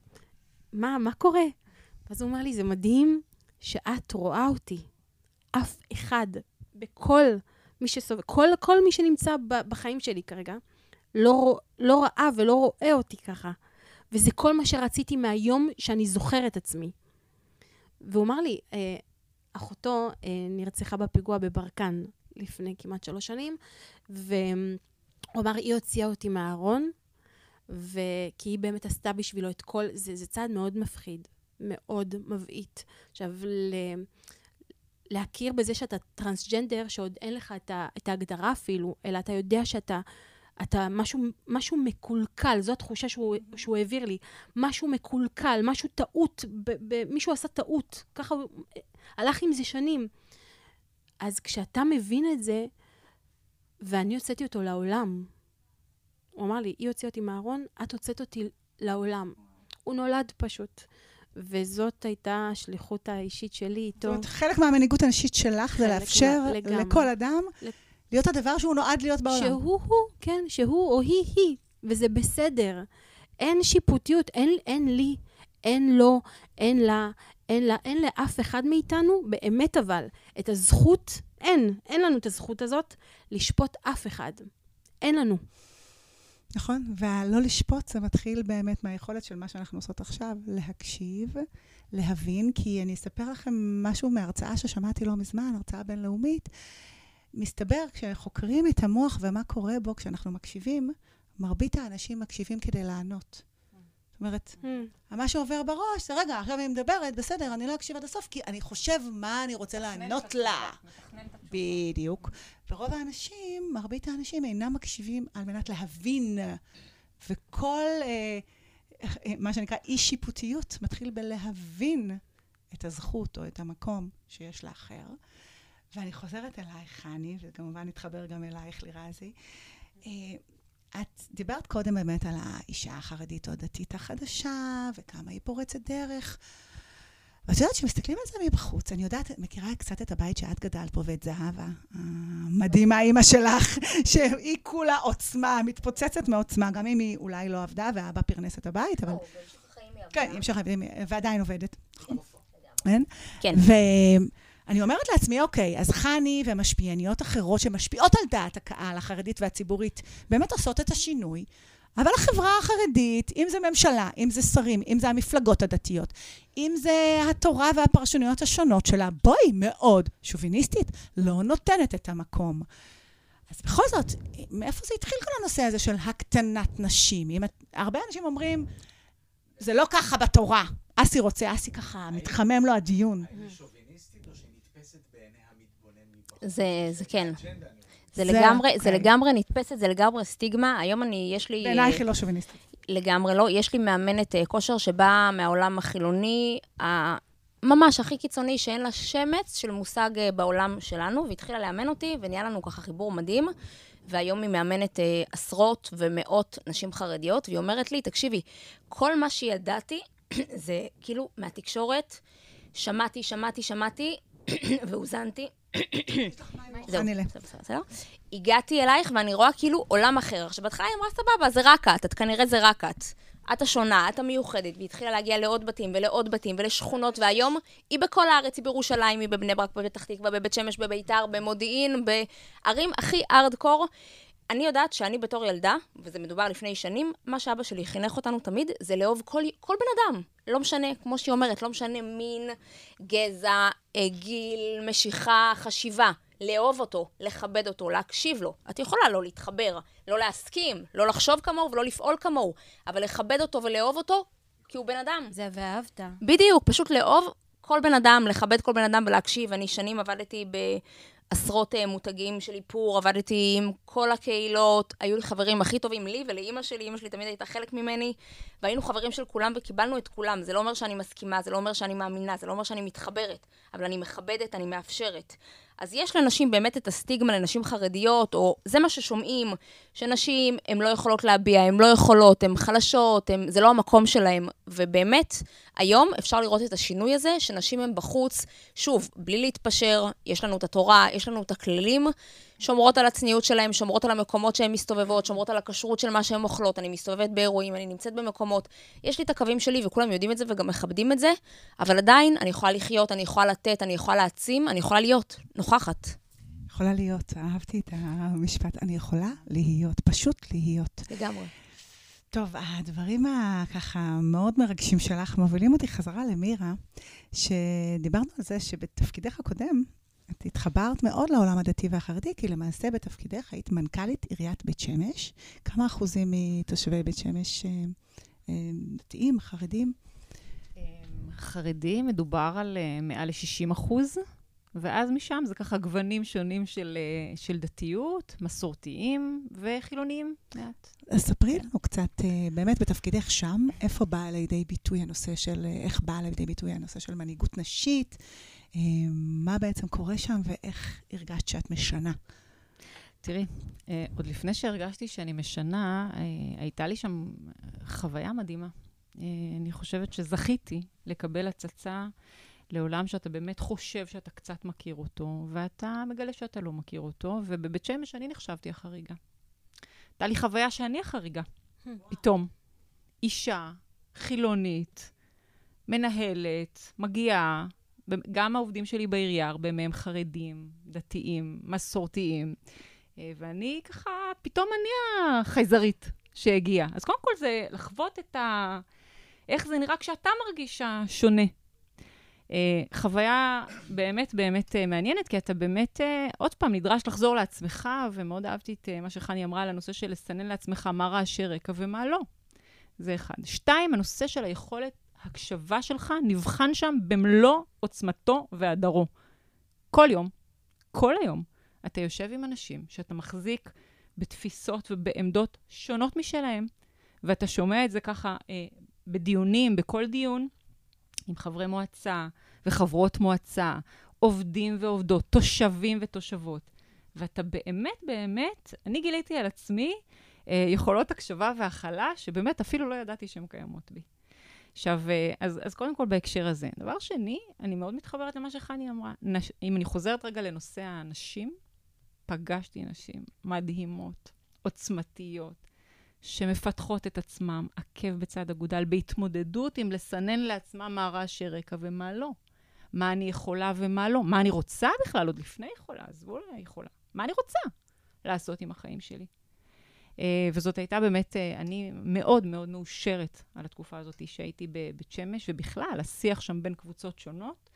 מה קורה? אז הוא אמר לי, זה מדהים שאת רואה אותי. אף אחד, בכל מי שסובב, כל מי שנמצא בחיים שלי כרגע, לא ראה ולא רואה אותי ככה. וזה כל מה שרציתי מהיום שאני זוכר את עצמי. והוא אמר לי, אחותו נרצחה בפיגוע בברקן לפני כמעט 3 שנים, והוא אמר, היא הוציאה אותי מהארון, כי היא באמת עשתה בשבילו את כל, זה צעד מאוד מפחיד, מאוד מבעית. עכשיו, להכיר בזה שאתה טרנסג'נדר, שעוד אין לך את ההגדרה אפילו, אלא אתה יודע שאתה משהו מקולקל, זו התחושה שהוא העביר לי, משהו מקולקל, משהו טעות, מישהו עשה טעות, ככה הוא הלך עם זה שנים. אז כשאתה מבין את זה, ואני הוצאתי אותו לעולם, הוא אמר לי, היא הוציאה אותי מהארון, את הוצאת אותי לעולם. הוא נולד פשוט. וזאת הייתה השליחות האישית שלי איתו. זאת אומרת, חלק מהמנהיגות הנשית שלך זה לאפשר לכל אדם להיות הדבר שהוא נועד להיות בעולם. שהוא הוא, כן, שהוא או היא, וזה בסדר. אין שיפוטיות, אין לי, אין לו, אין לה, אין לאף אחד מאיתנו, באמת אבל, את הזכות, אין לנו את הזכות הזאת לשפוט אף אחד. אין לנו. נכון, והלא לשפוט זה מתחיל באמת מהיכולת של מה שאנחנו עושות עכשיו, להקשיב, להבין, כי אני אספר לכם משהו מהרצאה ששמעתי לא מזמן, הרצאה בינלאומית, מסתבר כשחוקרים את המוח ומה קורה בו כשאנחנו מקשיבים, מרבית האנשים מקשיבים כדי לענות. זאת אומרת, מה שעובר בראש, זה רגע, עכשיו אני מדברת, בסדר, אני לא אקשיב עד הסוף, כי אני חושב מה אני רוצה לענות לה. בדיוק. ורוב האנשים, מרבית האנשים אינם מקשיבים על מנת להבין, וכל מה שנקרא אי שיפוטיות מתחיל בלהבין את הזכות או את המקום שיש לאחר. ואני חוזרת אלייך, חני, וכמובן נתחבר גם אלייך, לירזי. את דיברת קודם באמת על האישה החרדית או הדתית החדשה, וכמה היא פורצת דרך. ואת יודעת שמסתכלים על זה מבחוץ, אני יודעת, מכירה קצת את הבית שאת גדלת פה, ואת זהבה, המדהימה אימא שלך, שהיא כולה עוצמה, מתפוצצת מעוצמה, גם אם היא אולי לא עבדה, והאבא פרנס את הבית, אבל... כן, המשך חיים, ועדיין עובדת. כן. אני אומרת לעצמי, אוקיי, אז חני ומשפיעניות אחרות שמשפיעות על דעת הקהל החרדית והציבורית, באמת עושות את השינוי, אבל החברה החרדית, אם זה ממשלה, אם זה שרים, אם זה המפלגות הדתיות, אם זה התורה והפרשנויות השונות שלה, בואי, מאוד שוביניסטית, לא נותנת את המקום. אז בכל זאת, מאיפה זה התחיל כל הנושא הזה של הקטנת נשים? הרבה אנשים אומרים, זה לא ככה בתורה. אסי רוצה, אסי ככה, מתחמם לו הדיון. זה כן. זה לגמרי נתפסת, זה לגמרי סטיגמה. היום יש לי... בעינייך היא לא שוביניסטית. לגמרי לא. יש לי מאמנת כושר שבאה מהעולם החילוני, ממש הכי קיצוני, שאין לה שמץ של מושג בעולם שלנו, והתחילה לאמן אותי, ונהיה לנו ככה חיבור מדהים, והיום היא מאמנת עשרות ומאות נשים חרדיות, והיא אומרת לי, תקשיבי, כל מה שידעתי, זה כאילו מהתקשורת, שמעתי, והוזנתי. זהו, בסדר. הגעתי אלייך ואני רואה כאילו עולם אחר. עכשיו, בהתחלה היא אמרה, סבבה, זה רק את כנראה זה רק את. את השונה, את המיוחדת, והיא התחילה להגיע לעוד בתים ולעוד בתים ולשכונות, והיום היא בכל הארץ, היא בירושלים, היא בבני ברק, בפתח תקווה, בבית שמש, בביתר, במודיעין, בערים הכי ארדקור. אני יודעת שאני בתור ילדה, וזה מדובר לפני שנים, מה שאבא שלי חינך אותנו תמיד, זה לאהוב כל בן אדם. לא משנה, כמו שהיא אומרת, לא משנה מין, גזע, גיל, משיכה, חשיבה. לאהוב אותו, לכבד אותו, להקשיב לו. את יכולה לא להתחבר, לא להסכים, לא לחשוב כמוהו ולא לפעול כמוהו, אבל לכבד אותו ולאהוב אותו, כי הוא בן אדם. זה ואהבת. בדיוק, פשוט לאהוב כל בן אדם, לכבד כל בן אדם ולהקשיב. אני שנים עבדתי עשרות מותגים של איפור, עבדתי עם כל הקהילות, היו לי חברים הכי טובים לי ולאמא שלי, אמא שלי תמיד הייתה חלק ממני, והיינו חברים של כולם וקיבלנו את כולם. זה לא אומר שאני מסכימה, זה לא אומר שאני מאמינה, זה לא אומר שאני מתחברת, אבל אני מכבדת, אני מאפשרת. אז יש לנשים באמת את הסטיגמה לנשים חרדיות, או זה מה ששומעים, שנשים הן לא יכולות להביע, הן לא יכולות, הן חלשות, זה לא המקום שלהן. ובאמת, היום אפשר לראות את השינוי הזה, שנשים הן בחוץ, שוב, בלי להתפשר, יש לנו את התורה, יש לנו את הכללים, שומרות על הצניעות שלהן, שומרות על המקומות שהן מסתובבות, שומרות על הכשרות של מה שהן אוכלות, אני מסתובבת באירועים, אני נמצאת במקומות, יש לי את הקווים שלי וכולם יודעים את זה וגם מכבדים את זה, אבל עדיין אני יכולה לחיות, אני יכולה לתת, אני יכולה להעצים, אני יכולה להיות נוכחת. יכולה להיות, אהבתי את המשפט, אני יכולה להיות, פשוט להיות. לגמרי. טוב, הדברים ככה מאוד מרגשים שלך מובילים אותי חזרה למירה, שדיברנו על זה שבתפקידך הקודם, את התחברת מאוד לעולם הדתי והחרדי, כי למעשה בתפקידך היית מנכ"לית עיריית בית שמש. כמה אחוזים מתושבי בית שמש דתיים, חרדים? חרדים מדובר על מעל ל-60%, ואז משם זה ככה גוונים שונים של דתיות, מסורתיים וחילוניים מעט. אז ספרי לנו קצת, באמת בתפקידך שם, איפה בא לידי ביטוי הנושא של, איך בא לידי ביטוי הנושא של מנהיגות נשית, מה בעצם קורה שם ואיך הרגשת שאת משנה? תראי, עוד לפני שהרגשתי שאני משנה, הייתה לי שם חוויה מדהימה. אני חושבת שזכיתי לקבל הצצה לעולם שאתה באמת חושב שאתה קצת מכיר אותו, ואתה מגלה שאתה לא מכיר אותו, ובבית שמש אני נחשבתי החריגה. הייתה לי חוויה שאני החריגה. פתאום. אישה, חילונית, מנהלת, מגיעה, גם העובדים שלי בעירייה, הרבה מהם חרדים, דתיים, מסורתיים, ואני ככה, פתאום אני החייזרית שהגיעה. אז קודם כל זה לחוות את איך זה נראה כשאתה מרגישה שונה. חוויה באמת באמת מעניינת, כי אתה באמת עוד פעם נדרש לחזור לעצמך, ומאוד אהבתי את מה שחני אמרה על הנושא של לסנן לעצמך מה רעשי רקע ומה לא. זה אחד. 2, הנושא של היכולת הקשבה שלך נבחן שם במלוא עוצמתו והדרו. כל יום, כל היום, אתה יושב עם אנשים שאתה מחזיק בתפיסות ובעמדות שונות משלהם, ואתה שומע את זה ככה בדיונים, בכל דיון, עם חברי מועצה וחברות מועצה, עובדים ועובדות, תושבים ותושבות. ואתה באמת, באמת, אני גיליתי על עצמי יכולות הקשבה והכלה, שבאמת אפילו לא ידעתי שהן קיימות בי. עכשיו, אז קודם כל בהקשר הזה. דבר שני, אני מאוד מתחברת למה שחני אמרה. אם אני חוזרת רגע לנושא האנשים, פגשתי נשים מדהימות, עוצמתיות, שמפתחות את עצמם, עקב בצד אגודל, בהתמודדות עם לסנן לעצמם מה רעשי רקע ומה לא. מה אני יכולה ומה לא. מה אני רוצה בכלל, עוד לפני יכולה, עזבו לא יכולה. מה אני רוצה לעשות עם החיים שלי. וזאת הייתה באמת, אני מאוד מאוד מאושרת על התקופה הזאת שהייתי בבית שמש, ובכלל, השיח שם בין קבוצות שונות.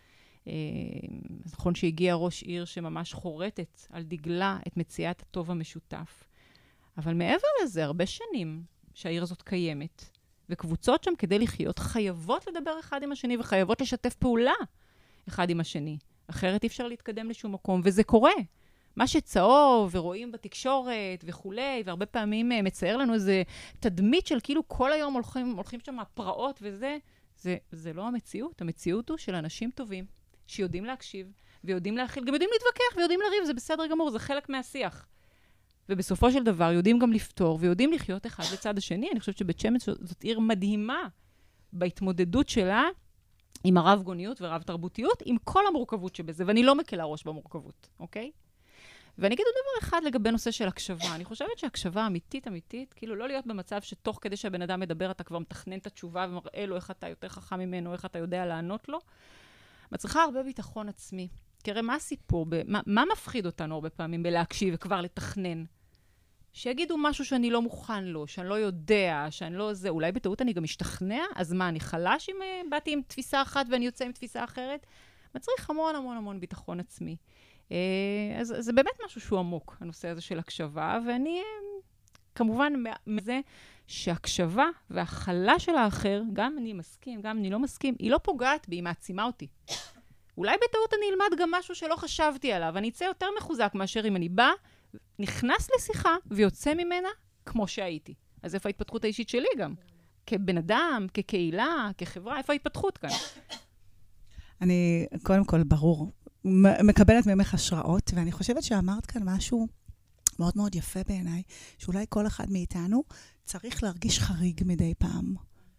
נכון שהגיע ראש עיר שממש חורטת על דגלה את מציאת הטוב המשותף. אבל מעבר לזה, הרבה שנים שהעיר הזאת קיימת, וקבוצות שם כדי לחיות חייבות לדבר אחד עם השני, וחייבות לשתף פעולה אחד עם השני. אחרת אי אפשר להתקדם לשום מקום, וזה קורה. מה שצהוב ורואים בתקשורת וכולי, והרבה פעמים מצייר לנו איזה תדמית של כאילו כל היום הולכים שם הפרעות וזה, זה לא המציאות. המציאות הוא של אנשים טובים, שיודעים להקשיב, ויודעים להכיל, גם יודעים להתווכח ויודעים לריב, זה בסדר גמור, זה חלק מהשיח. ובסופו של דבר יודעים גם לפתור, ויודעים לחיות אחד לצד השני. אני חושבת שבית שמש זאת עיר מדהימה בהתמודדות שלה, עם הרב גוניות ורב תרבותיות, עם כל המורכבות שבזה, ואני לא מקלה ראש במורכבות, אוקיי? ואני אגיד עוד דבר אחד לגבי נושא של הקשבה. אני חושבת שהקשבה אמיתית, כאילו לא להיות במצב שתוך כדי שהבן אדם מדבר, אתה כבר מתכנן את התשובה ומראה לו איך אתה יותר חכם ממנו, איך אתה יודע לענות לו. מצריכה הרבה ביטחון עצמי. כי הרי מה הסיפור? מה מפחיד אותנו הרבה פעמים בלהקשיב וכבר לתכנן? שיגידו משהו שאני לא מוכן לו, שאני לא יודע, שאני לא זה, אולי בטעות אני גם משתכנע, אז מה, אני חלש אם באתי עם תפיסה אחת ואני יוצא עם תפיסה אחרת? מצריך המון המון המון ביטחון עצמי. אז זה באמת משהו שהוא עמוק, הנושא הזה של הקשבה, ואני כמובן מזה שהקשבה והחלה של האחר, גם אני מסכים, גם אני לא מסכים, היא לא פוגעת בי, היא מעצימה אותי. אולי בטעות אני אלמד גם משהו שלא חשבתי עליו, אני אצא יותר מחוזק מאשר אם אני בא, נכנס לשיחה ויוצא ממנה כמו שהייתי. אז איפה ההתפתחות האישית שלי גם? כבן אדם, כקהילה, כחברה, איפה ההתפתחות כאן? אני, קודם כל, ברור, מקבלת ממך השראות, ואני חושבת שאמרת כאן משהו מאוד מאוד יפה בעיניי, שאולי כל אחד מאיתנו צריך להרגיש חריג מדי פעם.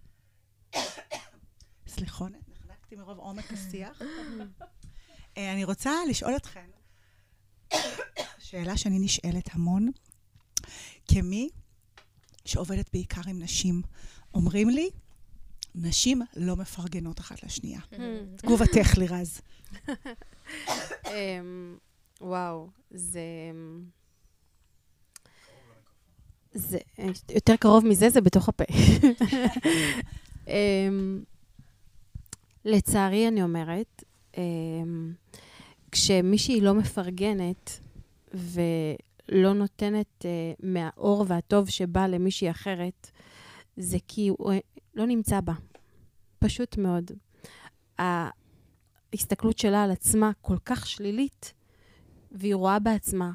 סליחונת, נחנקתי מרוב עומק השיח. אני רוצה לשאול אתכם, שאלה שאני נשאלת המון, כמי שעובדת בעיקר עם נשים, אומרים לי, נשים לא מפרגנות אחת לשנייה. תגובתך לירז. וואו, זה יותר קרוב מזה, זה בתוך הפה. לצערי אני אומרת, כשמישהי לא מפרגנת ולא נותנת מהאור והטוב שבא למישהי אחרת, זה כי הוא לא נמצא בה. פשוט מאוד. ההסתכלות שלה על עצמה כל כך שלילית, והיא רואה בעצמה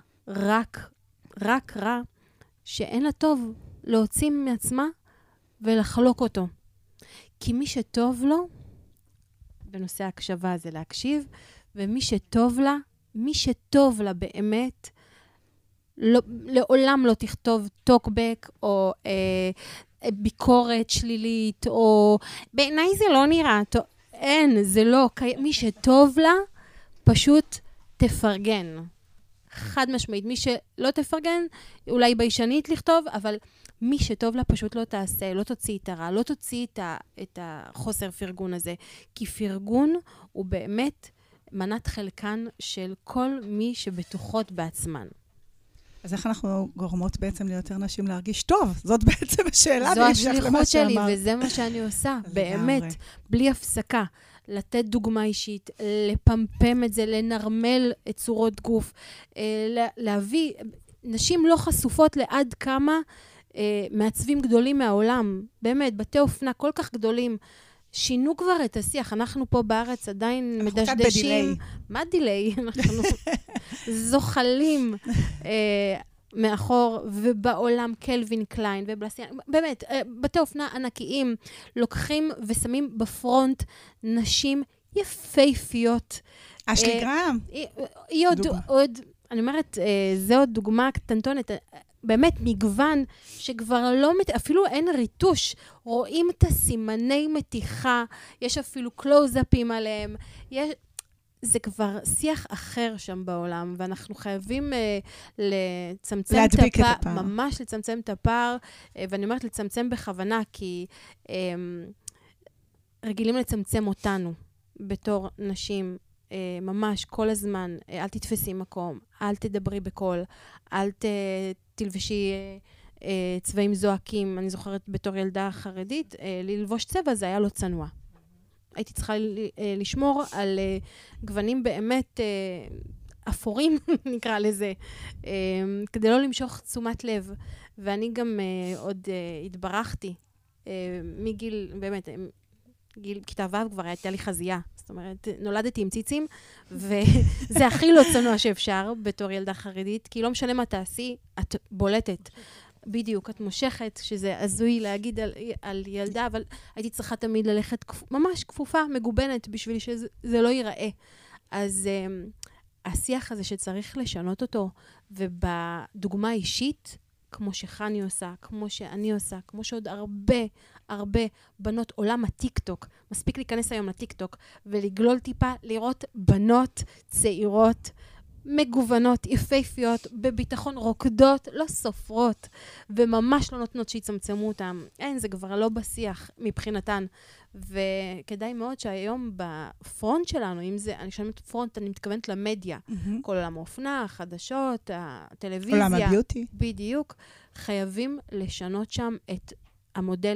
רק רע, שאין לה טוב להוציא מעצמה ולחלוק אותו. כי מי שטוב לו, בנושא ההקשבה זה להקשיב, ומי שטוב לה באמת, לעולם לא תכתוב טוקבק או ביקורת שלילית, או בעיניי זה לא נראה, אין, זה לא, מי שטוב לה, פשוט תפרגן. חד משמעית, מי שלא תפרגן, אולי ביישנית לכתוב, אבל מי שטוב לה פשוט לא תעשה, לא תוציא את הרע, לא תוציא את החוסר פרגון הזה, כי פרגון הוא באמת מנת חלקן של כל מי שבטוחות בעצמן. אז איך אנחנו גורמות בעצם ליותר נשים להרגיש טוב? זאת בעצם השאלה. זו השליחות שלי, וזה מה שאני עושה, באמת, בלי הפסקה. לתת דוגמה אישית, לפמפם את זה, לנרמל את צורות גוף, להביא, נשים לא חשופות לעד כמה מעצבים גדולים מהעולם, באמת, בתי אופנה כל כך גדולים, שינו כבר את השיח, אנחנו פה בארץ עדיין מדשדשים. מה דילי? אנחנו זוחלים מאחור, ובעולם קלווין קליין ובלסיאן, באמת, בתי אופנה ענקיים, לוקחים ושמים בפרונט נשים יפהפיות. אשלי גרם. היא עוד, אני אומרת, זה עוד דוגמה קטנטונת, באמת מגוון שכבר לא, אפילו אין ריטוש, רואים את הסימני מתיחה, יש אפילו קלוז-אפים עליהם, זה כבר שיח אחר שם בעולם, ואנחנו חייבים לצמצם את הפער, ממש לצמצם את הפער, ואני אומרת לצמצם בכוונה, כי רגילים לצמצם אותנו בתור נשים, ממש כל הזמן, אל תתפסי מקום, אל תדברי בקול, אל תלבשי צבעים זועקים. אני זוכרת בתור ילדה חרדית, ללבוש צבע זה היה לא צנוע. הייתי צריכה לשמור על גוונים באמת אפורים, נקרא לזה, כדי לא למשוך תשומת לב. ואני גם עוד התברכתי מגיל, באמת, גיל כיתה ו' כבר הייתה לי חזייה. זאת אומרת, נולדתי עם ציצים, וזה הכי לא צנוע שאפשר בתור ילדה חרדית, כי לא משנה מה תעשי, את בולטת. בדיוק, את מושכת, שזה עזוי להגיד על ילדה, אבל הייתי צריכה תמיד ללכת ממש כפופה, מגובנת, בשביל שזה לא ייראה. אז השיח הזה שצריך לשנות אותו, ובדוגמה אישית, כמו שחני עושה, כמו שאני עושה, כמו שעוד הרבה בנות עולם הטיקטוק, מספיק להיכנס היום לטיקטוק, ולגלול טיפה, לראות בנות צעירות, מגוונות, יפהפיות, בביטחון רוקדות, לא סופרות, וממש לא נותנות שיצמצמו אותם. אין, זה כבר לא בשיח מבחינתן. וכדאי מאוד שהיום בפרונט שלנו, אם זה, אני שומעת פרונט, אני מתכוונת למדיה, כל עולם האופנה, החדשות, הטלוויזיה. עולם הביוטי. בדיוק. חייבים לשנות שם את המודלים.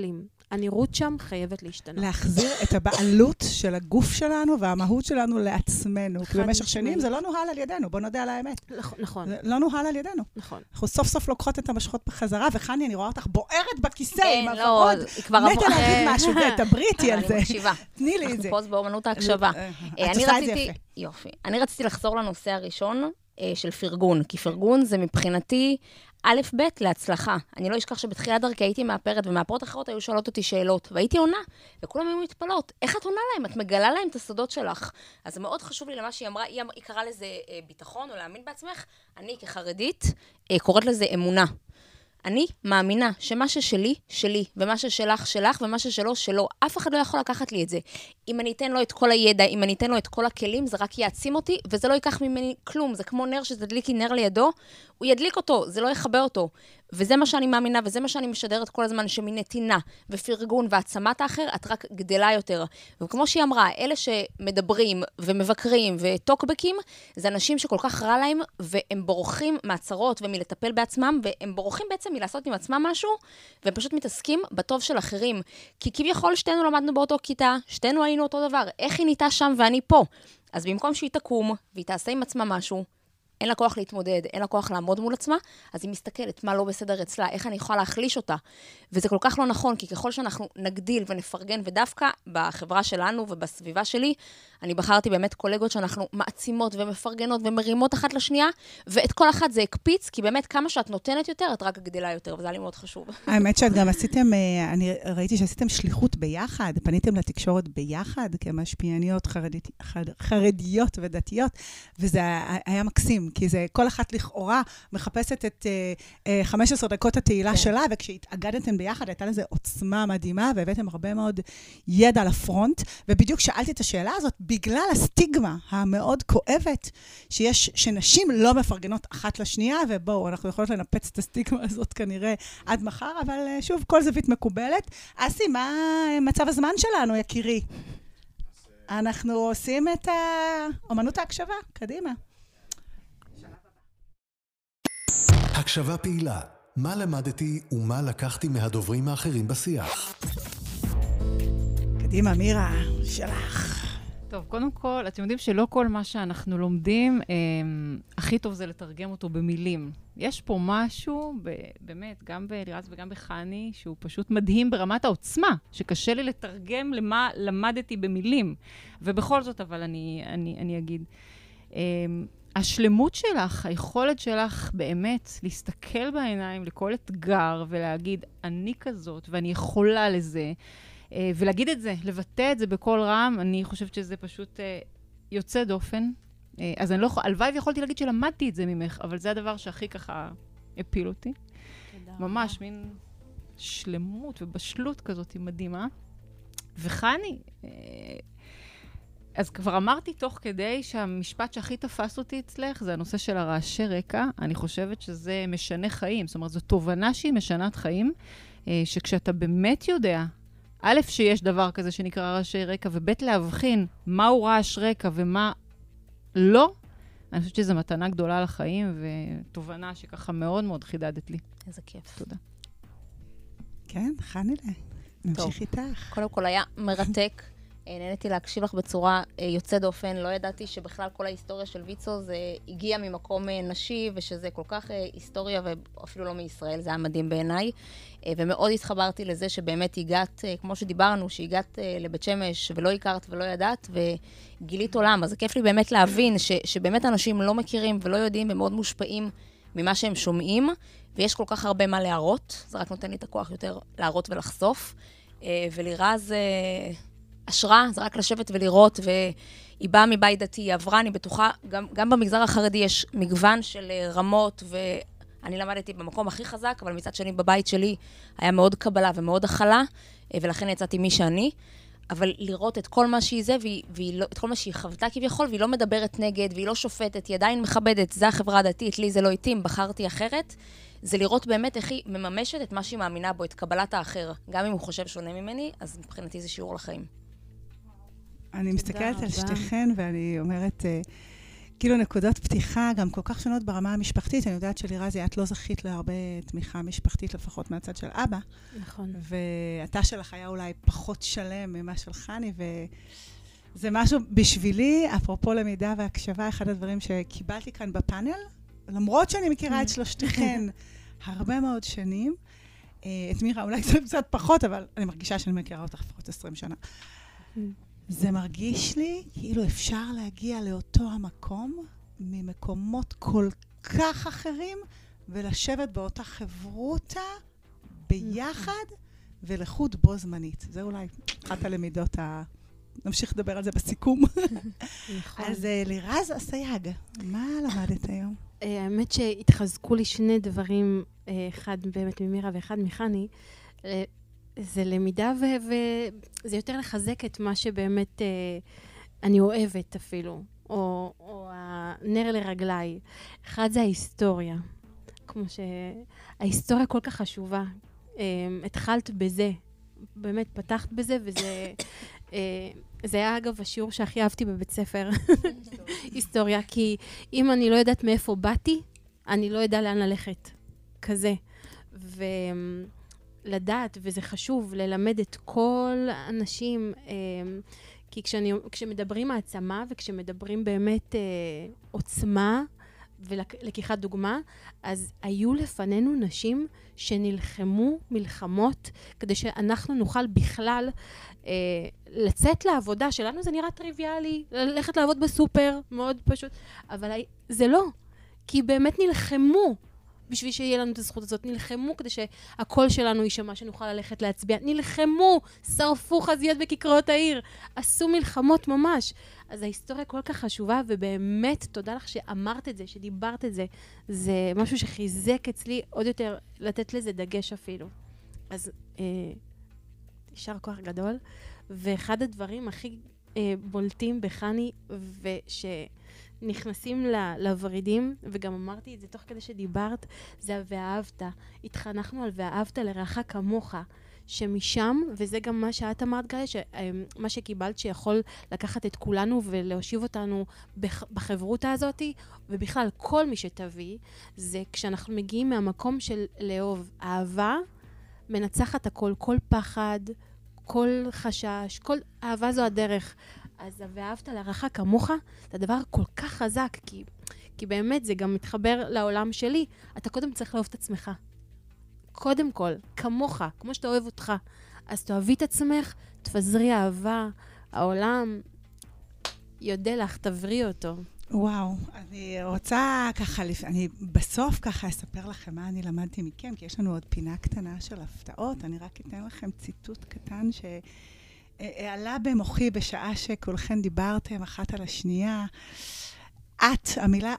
הנראות שם חייבת להשתנות. להחזיר את הבעלות של הגוף שלנו והמהות שלנו לעצמנו. כי במשך שנים זה לא נוהל על ידינו, בוא נודה על האמת. נכון. זה לא נוהל על ידינו. נכון. אנחנו סוף סוף לוקחות את המשכות בחזרה, וחני, אני רואה אותך בוערת בכיסא עם כן, לא, הוורוד. היא כבר מתה להגיד משהו, תברי איתי על זה. אני מקשיבה. תני לי את זה. אנחנו פה באמנות ההקשבה. את עושה את זה יפה. יופי. אני רציתי לחזור לנושא הראשון של פרגון, כי פרגון זה מבחינתי א' ב' להצלחה. אני לא אשכח שבתחילת דרכי הייתי מאפרת, ומאפרות אחרות היו שואלות אותי שאלות, והייתי עונה, וכולם היו מתפלאות. איך את עונה להם? את מגלה להם את הסודות שלך. אז זה מאוד חשוב לי למה שהיא אמרה, היא קראה לזה ביטחון או להאמין בעצמך. אני כחרדית קוראת לזה אמונה. אני מאמינה שמה ששלי, שלי, ומה ששלך, שלך, ומה ששלו, שלו. אף אחד לא יכול לקחת לי את זה. אם אני אתן לו את כל הידע, אם אני אתן לו את כל הכלים, זה רק יעצים אותי, וזה לא ייקח ממני כלום. זה כמו נר שתדליקי נר לידו, הוא ידליק אותו, זה לא יחבא אותו. וזה מה שאני מאמינה, וזה מה שאני משדרת כל הזמן, שמנתינה ופרגון והעצמת האחר, את רק גדלה יותר. וכמו שהיא אמרה, אלה שמדברים ומבקרים וטוקבקים, זה אנשים שכל כך רע להם, והם בורחים מהצרות ומלטפל בעצמם, והם בורחים בעצם מלעשות עם עצמם משהו, והם פשוט מתעסקים בטוב של אחרים. כי כביכול שתינו למדנו באותו כיתה, שתינו היינו אותו דבר, איך היא ניתה שם ואני פה? אז במקום שהיא תקום והיא תעשה עם עצמה משהו, אין לה כוח להתמודד, אין לה כוח לעמוד מול עצמה, אז היא מסתכלת מה לא בסדר אצלה, איך אני יכולה להחליש אותה. וזה כל כך לא נכון, כי ככל שאנחנו נגדיל ונפרגן, ודווקא בחברה שלנו ובסביבה שלי, אני בחרתי באמת קולגות שאנחנו מעצימות ומפרגנות ומרימות אחת לשנייה, ואת כל אחת זה הקפיץ, כי באמת כמה שאת נותנת יותר, את רק גדלה יותר, וזה היה לי מאוד חשוב. האמת שאת גם עשיתם, אני ראיתי שעשיתם שליחות ביחד, פניתם לתקשורת ביחד, כמשפיעניות חרדיות ודתיות, וזה היה מקסים, כי זה כל אחת לכאורה מחפשת את 15 דקות התהילה שלה, וכשהתאגדתם ביחד, הייתה לזה עוצמה מדהימה, והבאתם הרבה מאוד ידע לפרונט, ובדיוק שאלתי את השאלה הזאת, בגלל הסטיגמה המאוד כואבת, שנשים לא מפרגנות אחת לשנייה, ובואו, אנחנו יכולות לנפץ את הסטיגמה הזאת כנראה עד מחר, אבל שוב, כל זווית מקובלת. אסי, מה מצב הזמן שלנו, יקירי? אנחנו עושים את אומנות ההקשבה, קדימה. הקשבה פעילה. מה למדתי ומה לקחתי מהדוברים האחרים בשיח? קדימה, מירה, שלך. טוב, קודם כל, אתם יודעים שלא כל מה שאנחנו לומדים, הכי טוב זה לתרגם אותו במילים. יש פה משהו, באמת, גם בלירז וגם בחני, שהוא פשוט מדהים ברמת העוצמה, שקשה לי לתרגם למה למדתי במילים. ובכל זאת, אבל אני אגיד, השלמות שלך, היכולת שלך באמת להסתכל בעיניים לכל אתגר ולהגיד, אני כזאת ואני יכולה לזה, ולהגיד את זה, לבטא את זה בכל רם, אני חושבת שזה פשוט יוצא דופן. אז אני לא יכולה, הלוואי ויכולתי להגיד שלמדתי את זה ממך, אבל זה הדבר שהכי ככה הפיל אותי. ממש מין שלמות ובשלות כזאת מדהימה. וחני, אז כבר אמרתי תוך כדי שהמשפט שהכי תפס אותי אצלך, זה הנושא של הרעשי רקע. אני חושבת שזה משנה חיים. זאת אומרת, זו תובנה שהיא משנת חיים, שכשאתה באמת יודע, א', שיש דבר כזה שנקרא רעשי רקע, וב', להבחין מהו רעש רקע ומה לא, אני חושבת שזו מתנה גדולה לחיים, ותובנה שככה מאוד מאוד חידדת לי. איזה כיף. תודה. כן, חנילה. נמשיך איתך. קודם כל היה מרתק. נהניתי להקשיב לך בצורה יוצא דופן. לא ידעתי שבכלל כל ההיסטוריה של ויצו זה הגיע ממקום נשי, ושזה כל כך היסטוריה, ואפילו לא מישראל, זה היה מדהים בעיניי. ומאוד התחברתי לזה שבאמת הגעת, כמו שדיברנו, שהגעת לבית שמש ולא הכרת ולא ידעת, וגילית עולם. אז זה כיף לי באמת להבין שבאמת אנשים לא מכירים ולא יודעים, ומאוד מושפעים ממה שהם שומעים, ויש כל כך הרבה מה להראות. זה רק נותן לי את הכוח יותר להראות ולחשוף. ולירז השראה, זה רק לשבת ולראות, והיא באה מבית דתי, היא עברה, אני בטוחה, גם במגזר החרדי יש מגוון של רמות, ואני למדתי במקום הכי חזק, אבל מצד שני בבית שלי היה מאוד קבלה ומאוד הכלה, ולכן יצאתי מי שאני, אבל לראות את כל מה שהיא זה, את כל מה שהיא חוותה כביכול, והיא לא מדברת נגד, והיא לא שופטת, היא עדיין מכבדת, זה החברה הדתית, לי זה לא התאים, בחרתי אחרת, זה לראות באמת איך היא מממשת את מה שהיא מאמינה בו, את קבלת האחר. גם אם הוא חושב שונה ממני, אז מבחינתי זה שיעור לחיים. אני מסתכלת על שתיכן ואני אומרת, כאילו נקודות פתיחה, גם כל כך שונות ברמה המשפחתית. אני יודעת שלירזי, את לא זכית להרבה תמיכה משפחתית, לפחות מהצד של אבא. נכון. ואתה שלך היה אולי פחות שלם ממה של חני, וזה משהו בשבילי, אפרופו למידה והקשבה, אחד הדברים שקיבלתי כאן בפאנל, למרות שאני מכירה את שלושתכן הרבה מאוד שנים, את מירה אולי קצת פחות, אבל אני מרגישה שאני מכירה אותך לפחות 20 שנה. זה מרגיש לי כאילו אפשר להגיע לאותו המקום ממקומות כל כך אחרים, ולשבת באותה חברותה ביחד ולחוד בו זמנית. זה אולי אחת הלמידות נמשיך לדבר על זה בסיכום. נכון. אז לירז אסייג, מה למדת היום? האמת שהתחזקו לי שני דברים, אחד באמת ממירה ואחד מחני, זה למידה וזה יותר לחזק את מה שבאמת אני אוהבת אפילו, או הנר לרגליי. אחד זה ההיסטוריה, כמו שההיסטוריה כל כך חשובה. התחלת בזה, באמת פתחת בזה, וזה זה היה אגב השיעור שהכי אהבתי בבית ספר, היסטוריה, כי אם אני לא יודעת מאיפה באתי, אני לא יודע לאן ללכת, כזה. ולדעת, וזה חשוב, ללמד את כל האנשים, כי כשמדברים העצמה, וכשמדברים באמת עוצמה, ולקיחת דוגמה, אז היו לפנינו נשים שנלחמו מלחמות, כדי שאנחנו נוכל בכלל לצאת לעבודה. שלנו זה נראה טריוויאלי, ללכת לעבוד בסופר, מאוד פשוט, אבל זה לא, כי באמת נלחמו בשביל שיהיה לנו את הזכות הזאת, נלחמו כדי שהקול שלנו יישמע, שנוכל ללכת להצביע, נלחמו, שרפו חזיות בכיכרות העיר, עשו מלחמות ממש. אז ההיסטוריה כל כך חשובה, ובאמת תודה לך שאמרת את זה, שדיברת את זה, זה משהו שחיזק אצלי עוד יותר, לתת לזה דגש אפילו. אז יישר כוח גדול, ואחד הדברים הכי בולטים בחני, ושנכנסים לוורידים, וגם אמרתי את זה תוך כדי שדיברת, זה ואהבת. התחנכנו על ואהבת לרעך כמוך, שמשם, וזה גם מה שאת אמרת גליה, מה שקיבלת שיכול לקחת את כולנו ולהושיב אותנו בחברותה הזאת, ובכלל כל מי שתביא, זה כשאנחנו מגיעים מהמקום של לאהוב. אהבה מנצחת הכל, כל פחד, כל חשש, כל אהבה זו הדרך. אז ואהבת לרעך כמוך, זה הדבר כל כך חזק, כי באמת זה גם מתחבר לעולם שלי. אתה קודם צריך לאהוב את עצמך. קודם כל, כמוך, כמו שאתה אוהב אותך. אז תאהבי את עצמך, תפזרי אהבה, העולם יודע לך, תברי אותו. וואו, אני רוצה ככה, אני בסוף ככה אספר לכם מה אני למדתי מכם, כי יש לנו עוד פינה קטנה של הפתעות. אני רק אתן לכם ציטוט קטן שעלה במוחי בשעה שכולכן דיברתם אחת על השנייה. את, המילה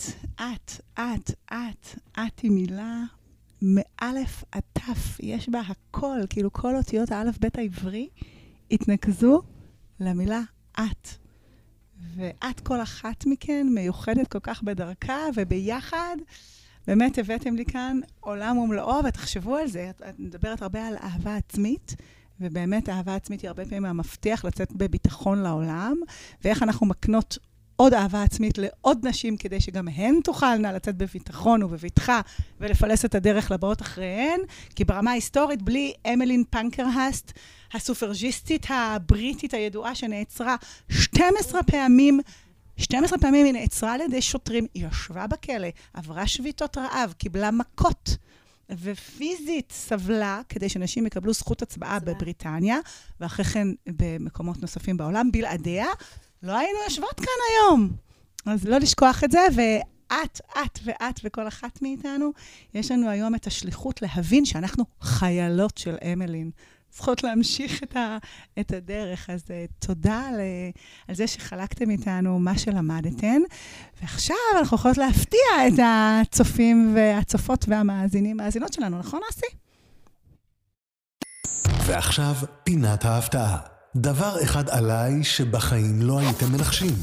את היא מילה מאלף עד תף, יש בה הכל, כאילו כל אותיות האלף בית העברי התנקזו למילה את. ואת כל אחת מכן מיוחדת כל כך בדרכה, וביחד באמת הבאתם לי כאן עולם ומלואו, ותחשבו על זה, את מדברת הרבה על אהבה עצמית, ובאמת אהבה עצמית היא הרבה פעמים המפתח לצאת בביטחון לעולם, ואיך אנחנו מקנות עוד אהבה עצמית לעוד נשים, כדי שגם הן תוכלנה לצאת בביטחון ובביטחה, ולפלס את הדרך לבאות אחריהן, כי ברמה ההיסטורית, בלי אמלין פנקרהסט, הסופרג'יסטית הבריטית הידועה שנעצרה 12 פעמים היא נעצרה על ידי שוטרים, היא ישבה בכלא, עברה שביתות רעב, קיבלה מכות, ופיזית סבלה, כדי שנשים יקבלו זכות הצבעה בבריטניה, ואחרי כן במקומות נוספים בעולם, בלעדיה, לא היינו יושבות כאן היום. אז לא לשכוח את זה, את וכל אחת מאיתנו, יש לנו היום את השליחות להבין שאנחנו חיילות של אמלין. צריכות להמשיך את הדרך. אז תודה על זה שחלקתם איתנו מה שלמדתן. ועכשיו אנחנו יכולות להפתיע את הצופים והצופות והמאזינות שלנו, נכון, אסי? ועכשיו פינת ההפתעה. דבר אחד עליי שבחיים לא הייתם מנחשים.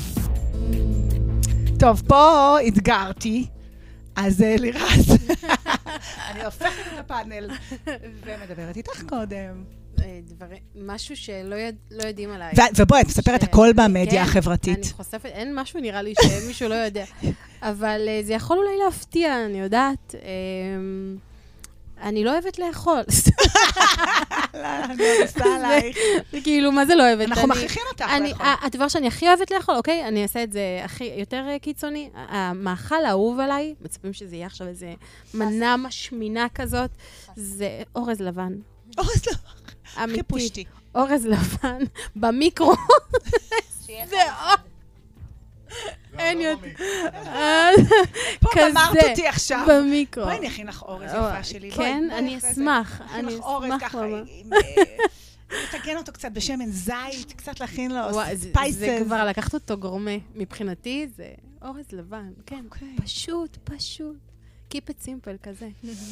טוב, פה אתגרתי. אז לירז, אני הופכת את הפאנל ומדברת איתך קודם. משהו שלא יודעים עליי. ובואי, את מספרת הכל במדיה החברתית. אני חושפת, אין משהו נראה לי שמישהו לא יודע. אבל זה יכול אולי להפתיע, אני יודעת. אני לא אוהבת לאכול. לא, אני עושה עלייך. כאילו, מה זה לא אוהבת? אנחנו מכריחים אותך לאכול. הדבר שאני הכי אוהבת לאכול, אוקיי? אני אעשה את זה יותר קיצוני. המאכל האהוב עליי, מצפים שזה יהיה עכשיו איזה מנה משמינה כזאת, זה אורז לבן. אורז לבן. אמיתי. חיפושתי. אורז לבן במיקרו. זה אין יותר. פה אמרת אותי עכשיו. במיקרו. בואי אני אכין לך אורז יפה שלי. כן, אני אשמח. אכין לך אורז ככה, תגן אותו קצת בשמן זית, קצת להכין לו ספייסס. זה כבר לקחת אותו גורמה. מבחינתי זה אורז לבן, כן. פשוט. Keep it simple כזה.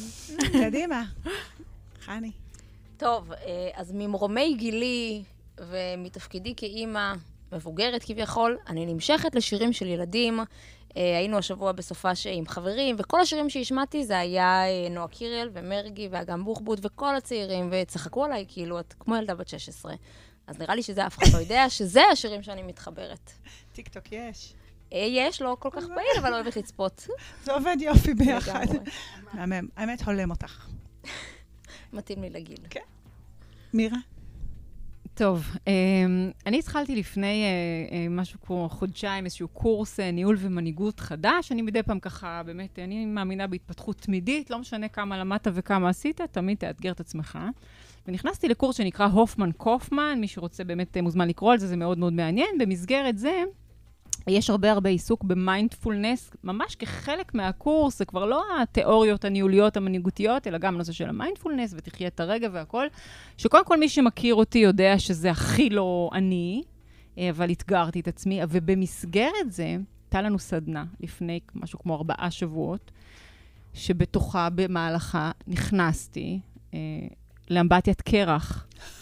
קדימה. חני. טוב, אז ממרומי גילי ומתפקידי כאימא מבוגרת כביכול, אני נמשכת לשירים של ילדים. היינו השבוע בסופש עם חברים, וכל השירים שהשמעתי זה היה נועה קירל ומרגי ואגם בוחבוט וכל הצעירים, וצחקו עליי כאילו, את כמו ילדה בת 16. אז נראה לי שזה אף אחד לא יודע, שזה השירים שאני מתחברת. טיק טוק יש. יש, לא כל כך פעיל, אבל אוהבת לצפות. זה עובד יופי ביחד. האמת הולם אותך. מתאים לי לגיל. כן. מירה? טוב, אני התחלתי לפני משהו כמו חודשיים, איזשהו קורס ניהול ומנהיגות חדש. אני מדי פעם ככה, באמת, אני מאמינה בהתפתחות תמידית, לא משנה כמה למדת וכמה עשית, תמיד תאתגר את עצמך. ונכנסתי לקורס שנקרא הופמן קופמן, מי שרוצה באמת מוזמן לקרוא על זה, זה מאוד מאוד מעניין. במסגרת זה, יש הרבה עיסוק במיינדפולנס, ממש כחלק מהקורס, זה כבר לא התיאוריות הניהוליות המנהיגותיות, אלא גם נושא של המיינדפולנס, ותחיה את הרגע והכל, שקודם כל מי שמכיר אותי יודע שזה הכי לא אני, אבל התגרתי את עצמי, ובמסגרת זה, הייתה לנו סדנה לפני משהו כמו 4 שבועות, שבתוכה במהלכה נכנסתי לאמבטיית קרח,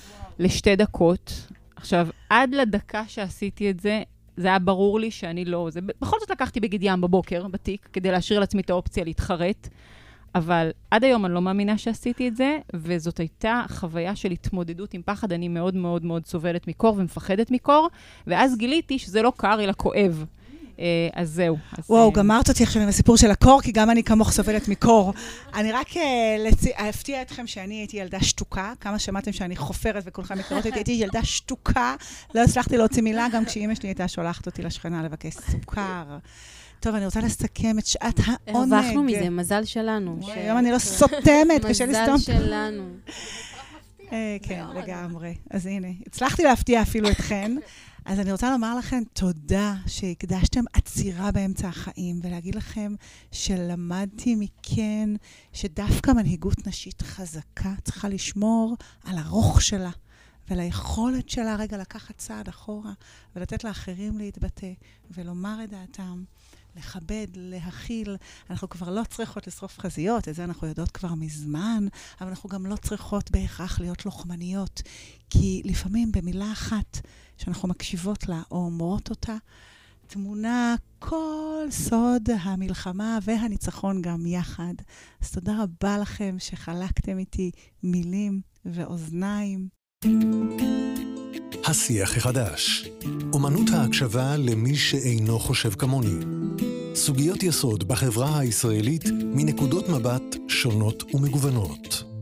ל2 דקות. עכשיו, עד לדקה שעשיתי את זה, זה היה ברור לי שאני לא... בכל זאת לקחתי בגד ים בבוקר, בתיק, כדי להשאיר לעצמי את האופציה להתחרט, אבל עד היום אני לא מאמינה שעשיתי את זה, וזאת הייתה חוויה של התמודדות עם פחד. אני מאוד מאוד מאוד סובלת מקור ומפחדת מקור, ואז גיליתי שזה לא קר, אלא כואב. אז זהו. וואו, גמרת אותי עכשיו עם הסיפור של הקור, כי גם אני כמוך סובלת מקור. אני רק אפתיע אתכם שאני הייתי ילדה שתוקה, כמה שמעתם שאני חופרת וכולכם מכירות אותי, הייתי ילדה שתוקה, לא הצלחתי להוציא מילה, גם כשאמא שלי הייתה שולחת אותי לשכנה לבקש סוכר. טוב, אני רוצה לסכם את שעת העונג. הרווחנו מזה, מזל שלנו. היום אני לא סותמת, קשה לסתום. מזל שלנו. כן, לגמרי. אז הנה, הצלחתי להפתיע אפילו אתכן. אז אני רוצה לומר לכם תודה שהקדשתם עצירה באמצע החיים, ולהגיד לכם שלמדתי מכן שדווקא מנהיגות נשית חזקה צריכה לשמור על הרוח שלה, וליכולת שלה רגע לקחת צעד אחורה, ולתת לאחרים להתבטא, ולומר את דעתם, לכבד, להכיל. אנחנו כבר לא צריכות לשרוף חזיות, את זה אנחנו יודעות כבר מזמן, אבל אנחנו גם לא צריכות בהכרח להיות לוחמניות, כי לפעמים במילה אחת שאנחנו מקשיבות לה או אומרות אותה, תמונה כל סוד המלחמה והניצחון גם יחד. אז תודה רבה לכם שחלקתם איתי מילים ואוזניים. השיח החדש. אומנות ההקשבה למי שאינו חושב כמוני. סוגיות יסוד בחברה הישראלית מנקודות מבט שונות ומגוונות.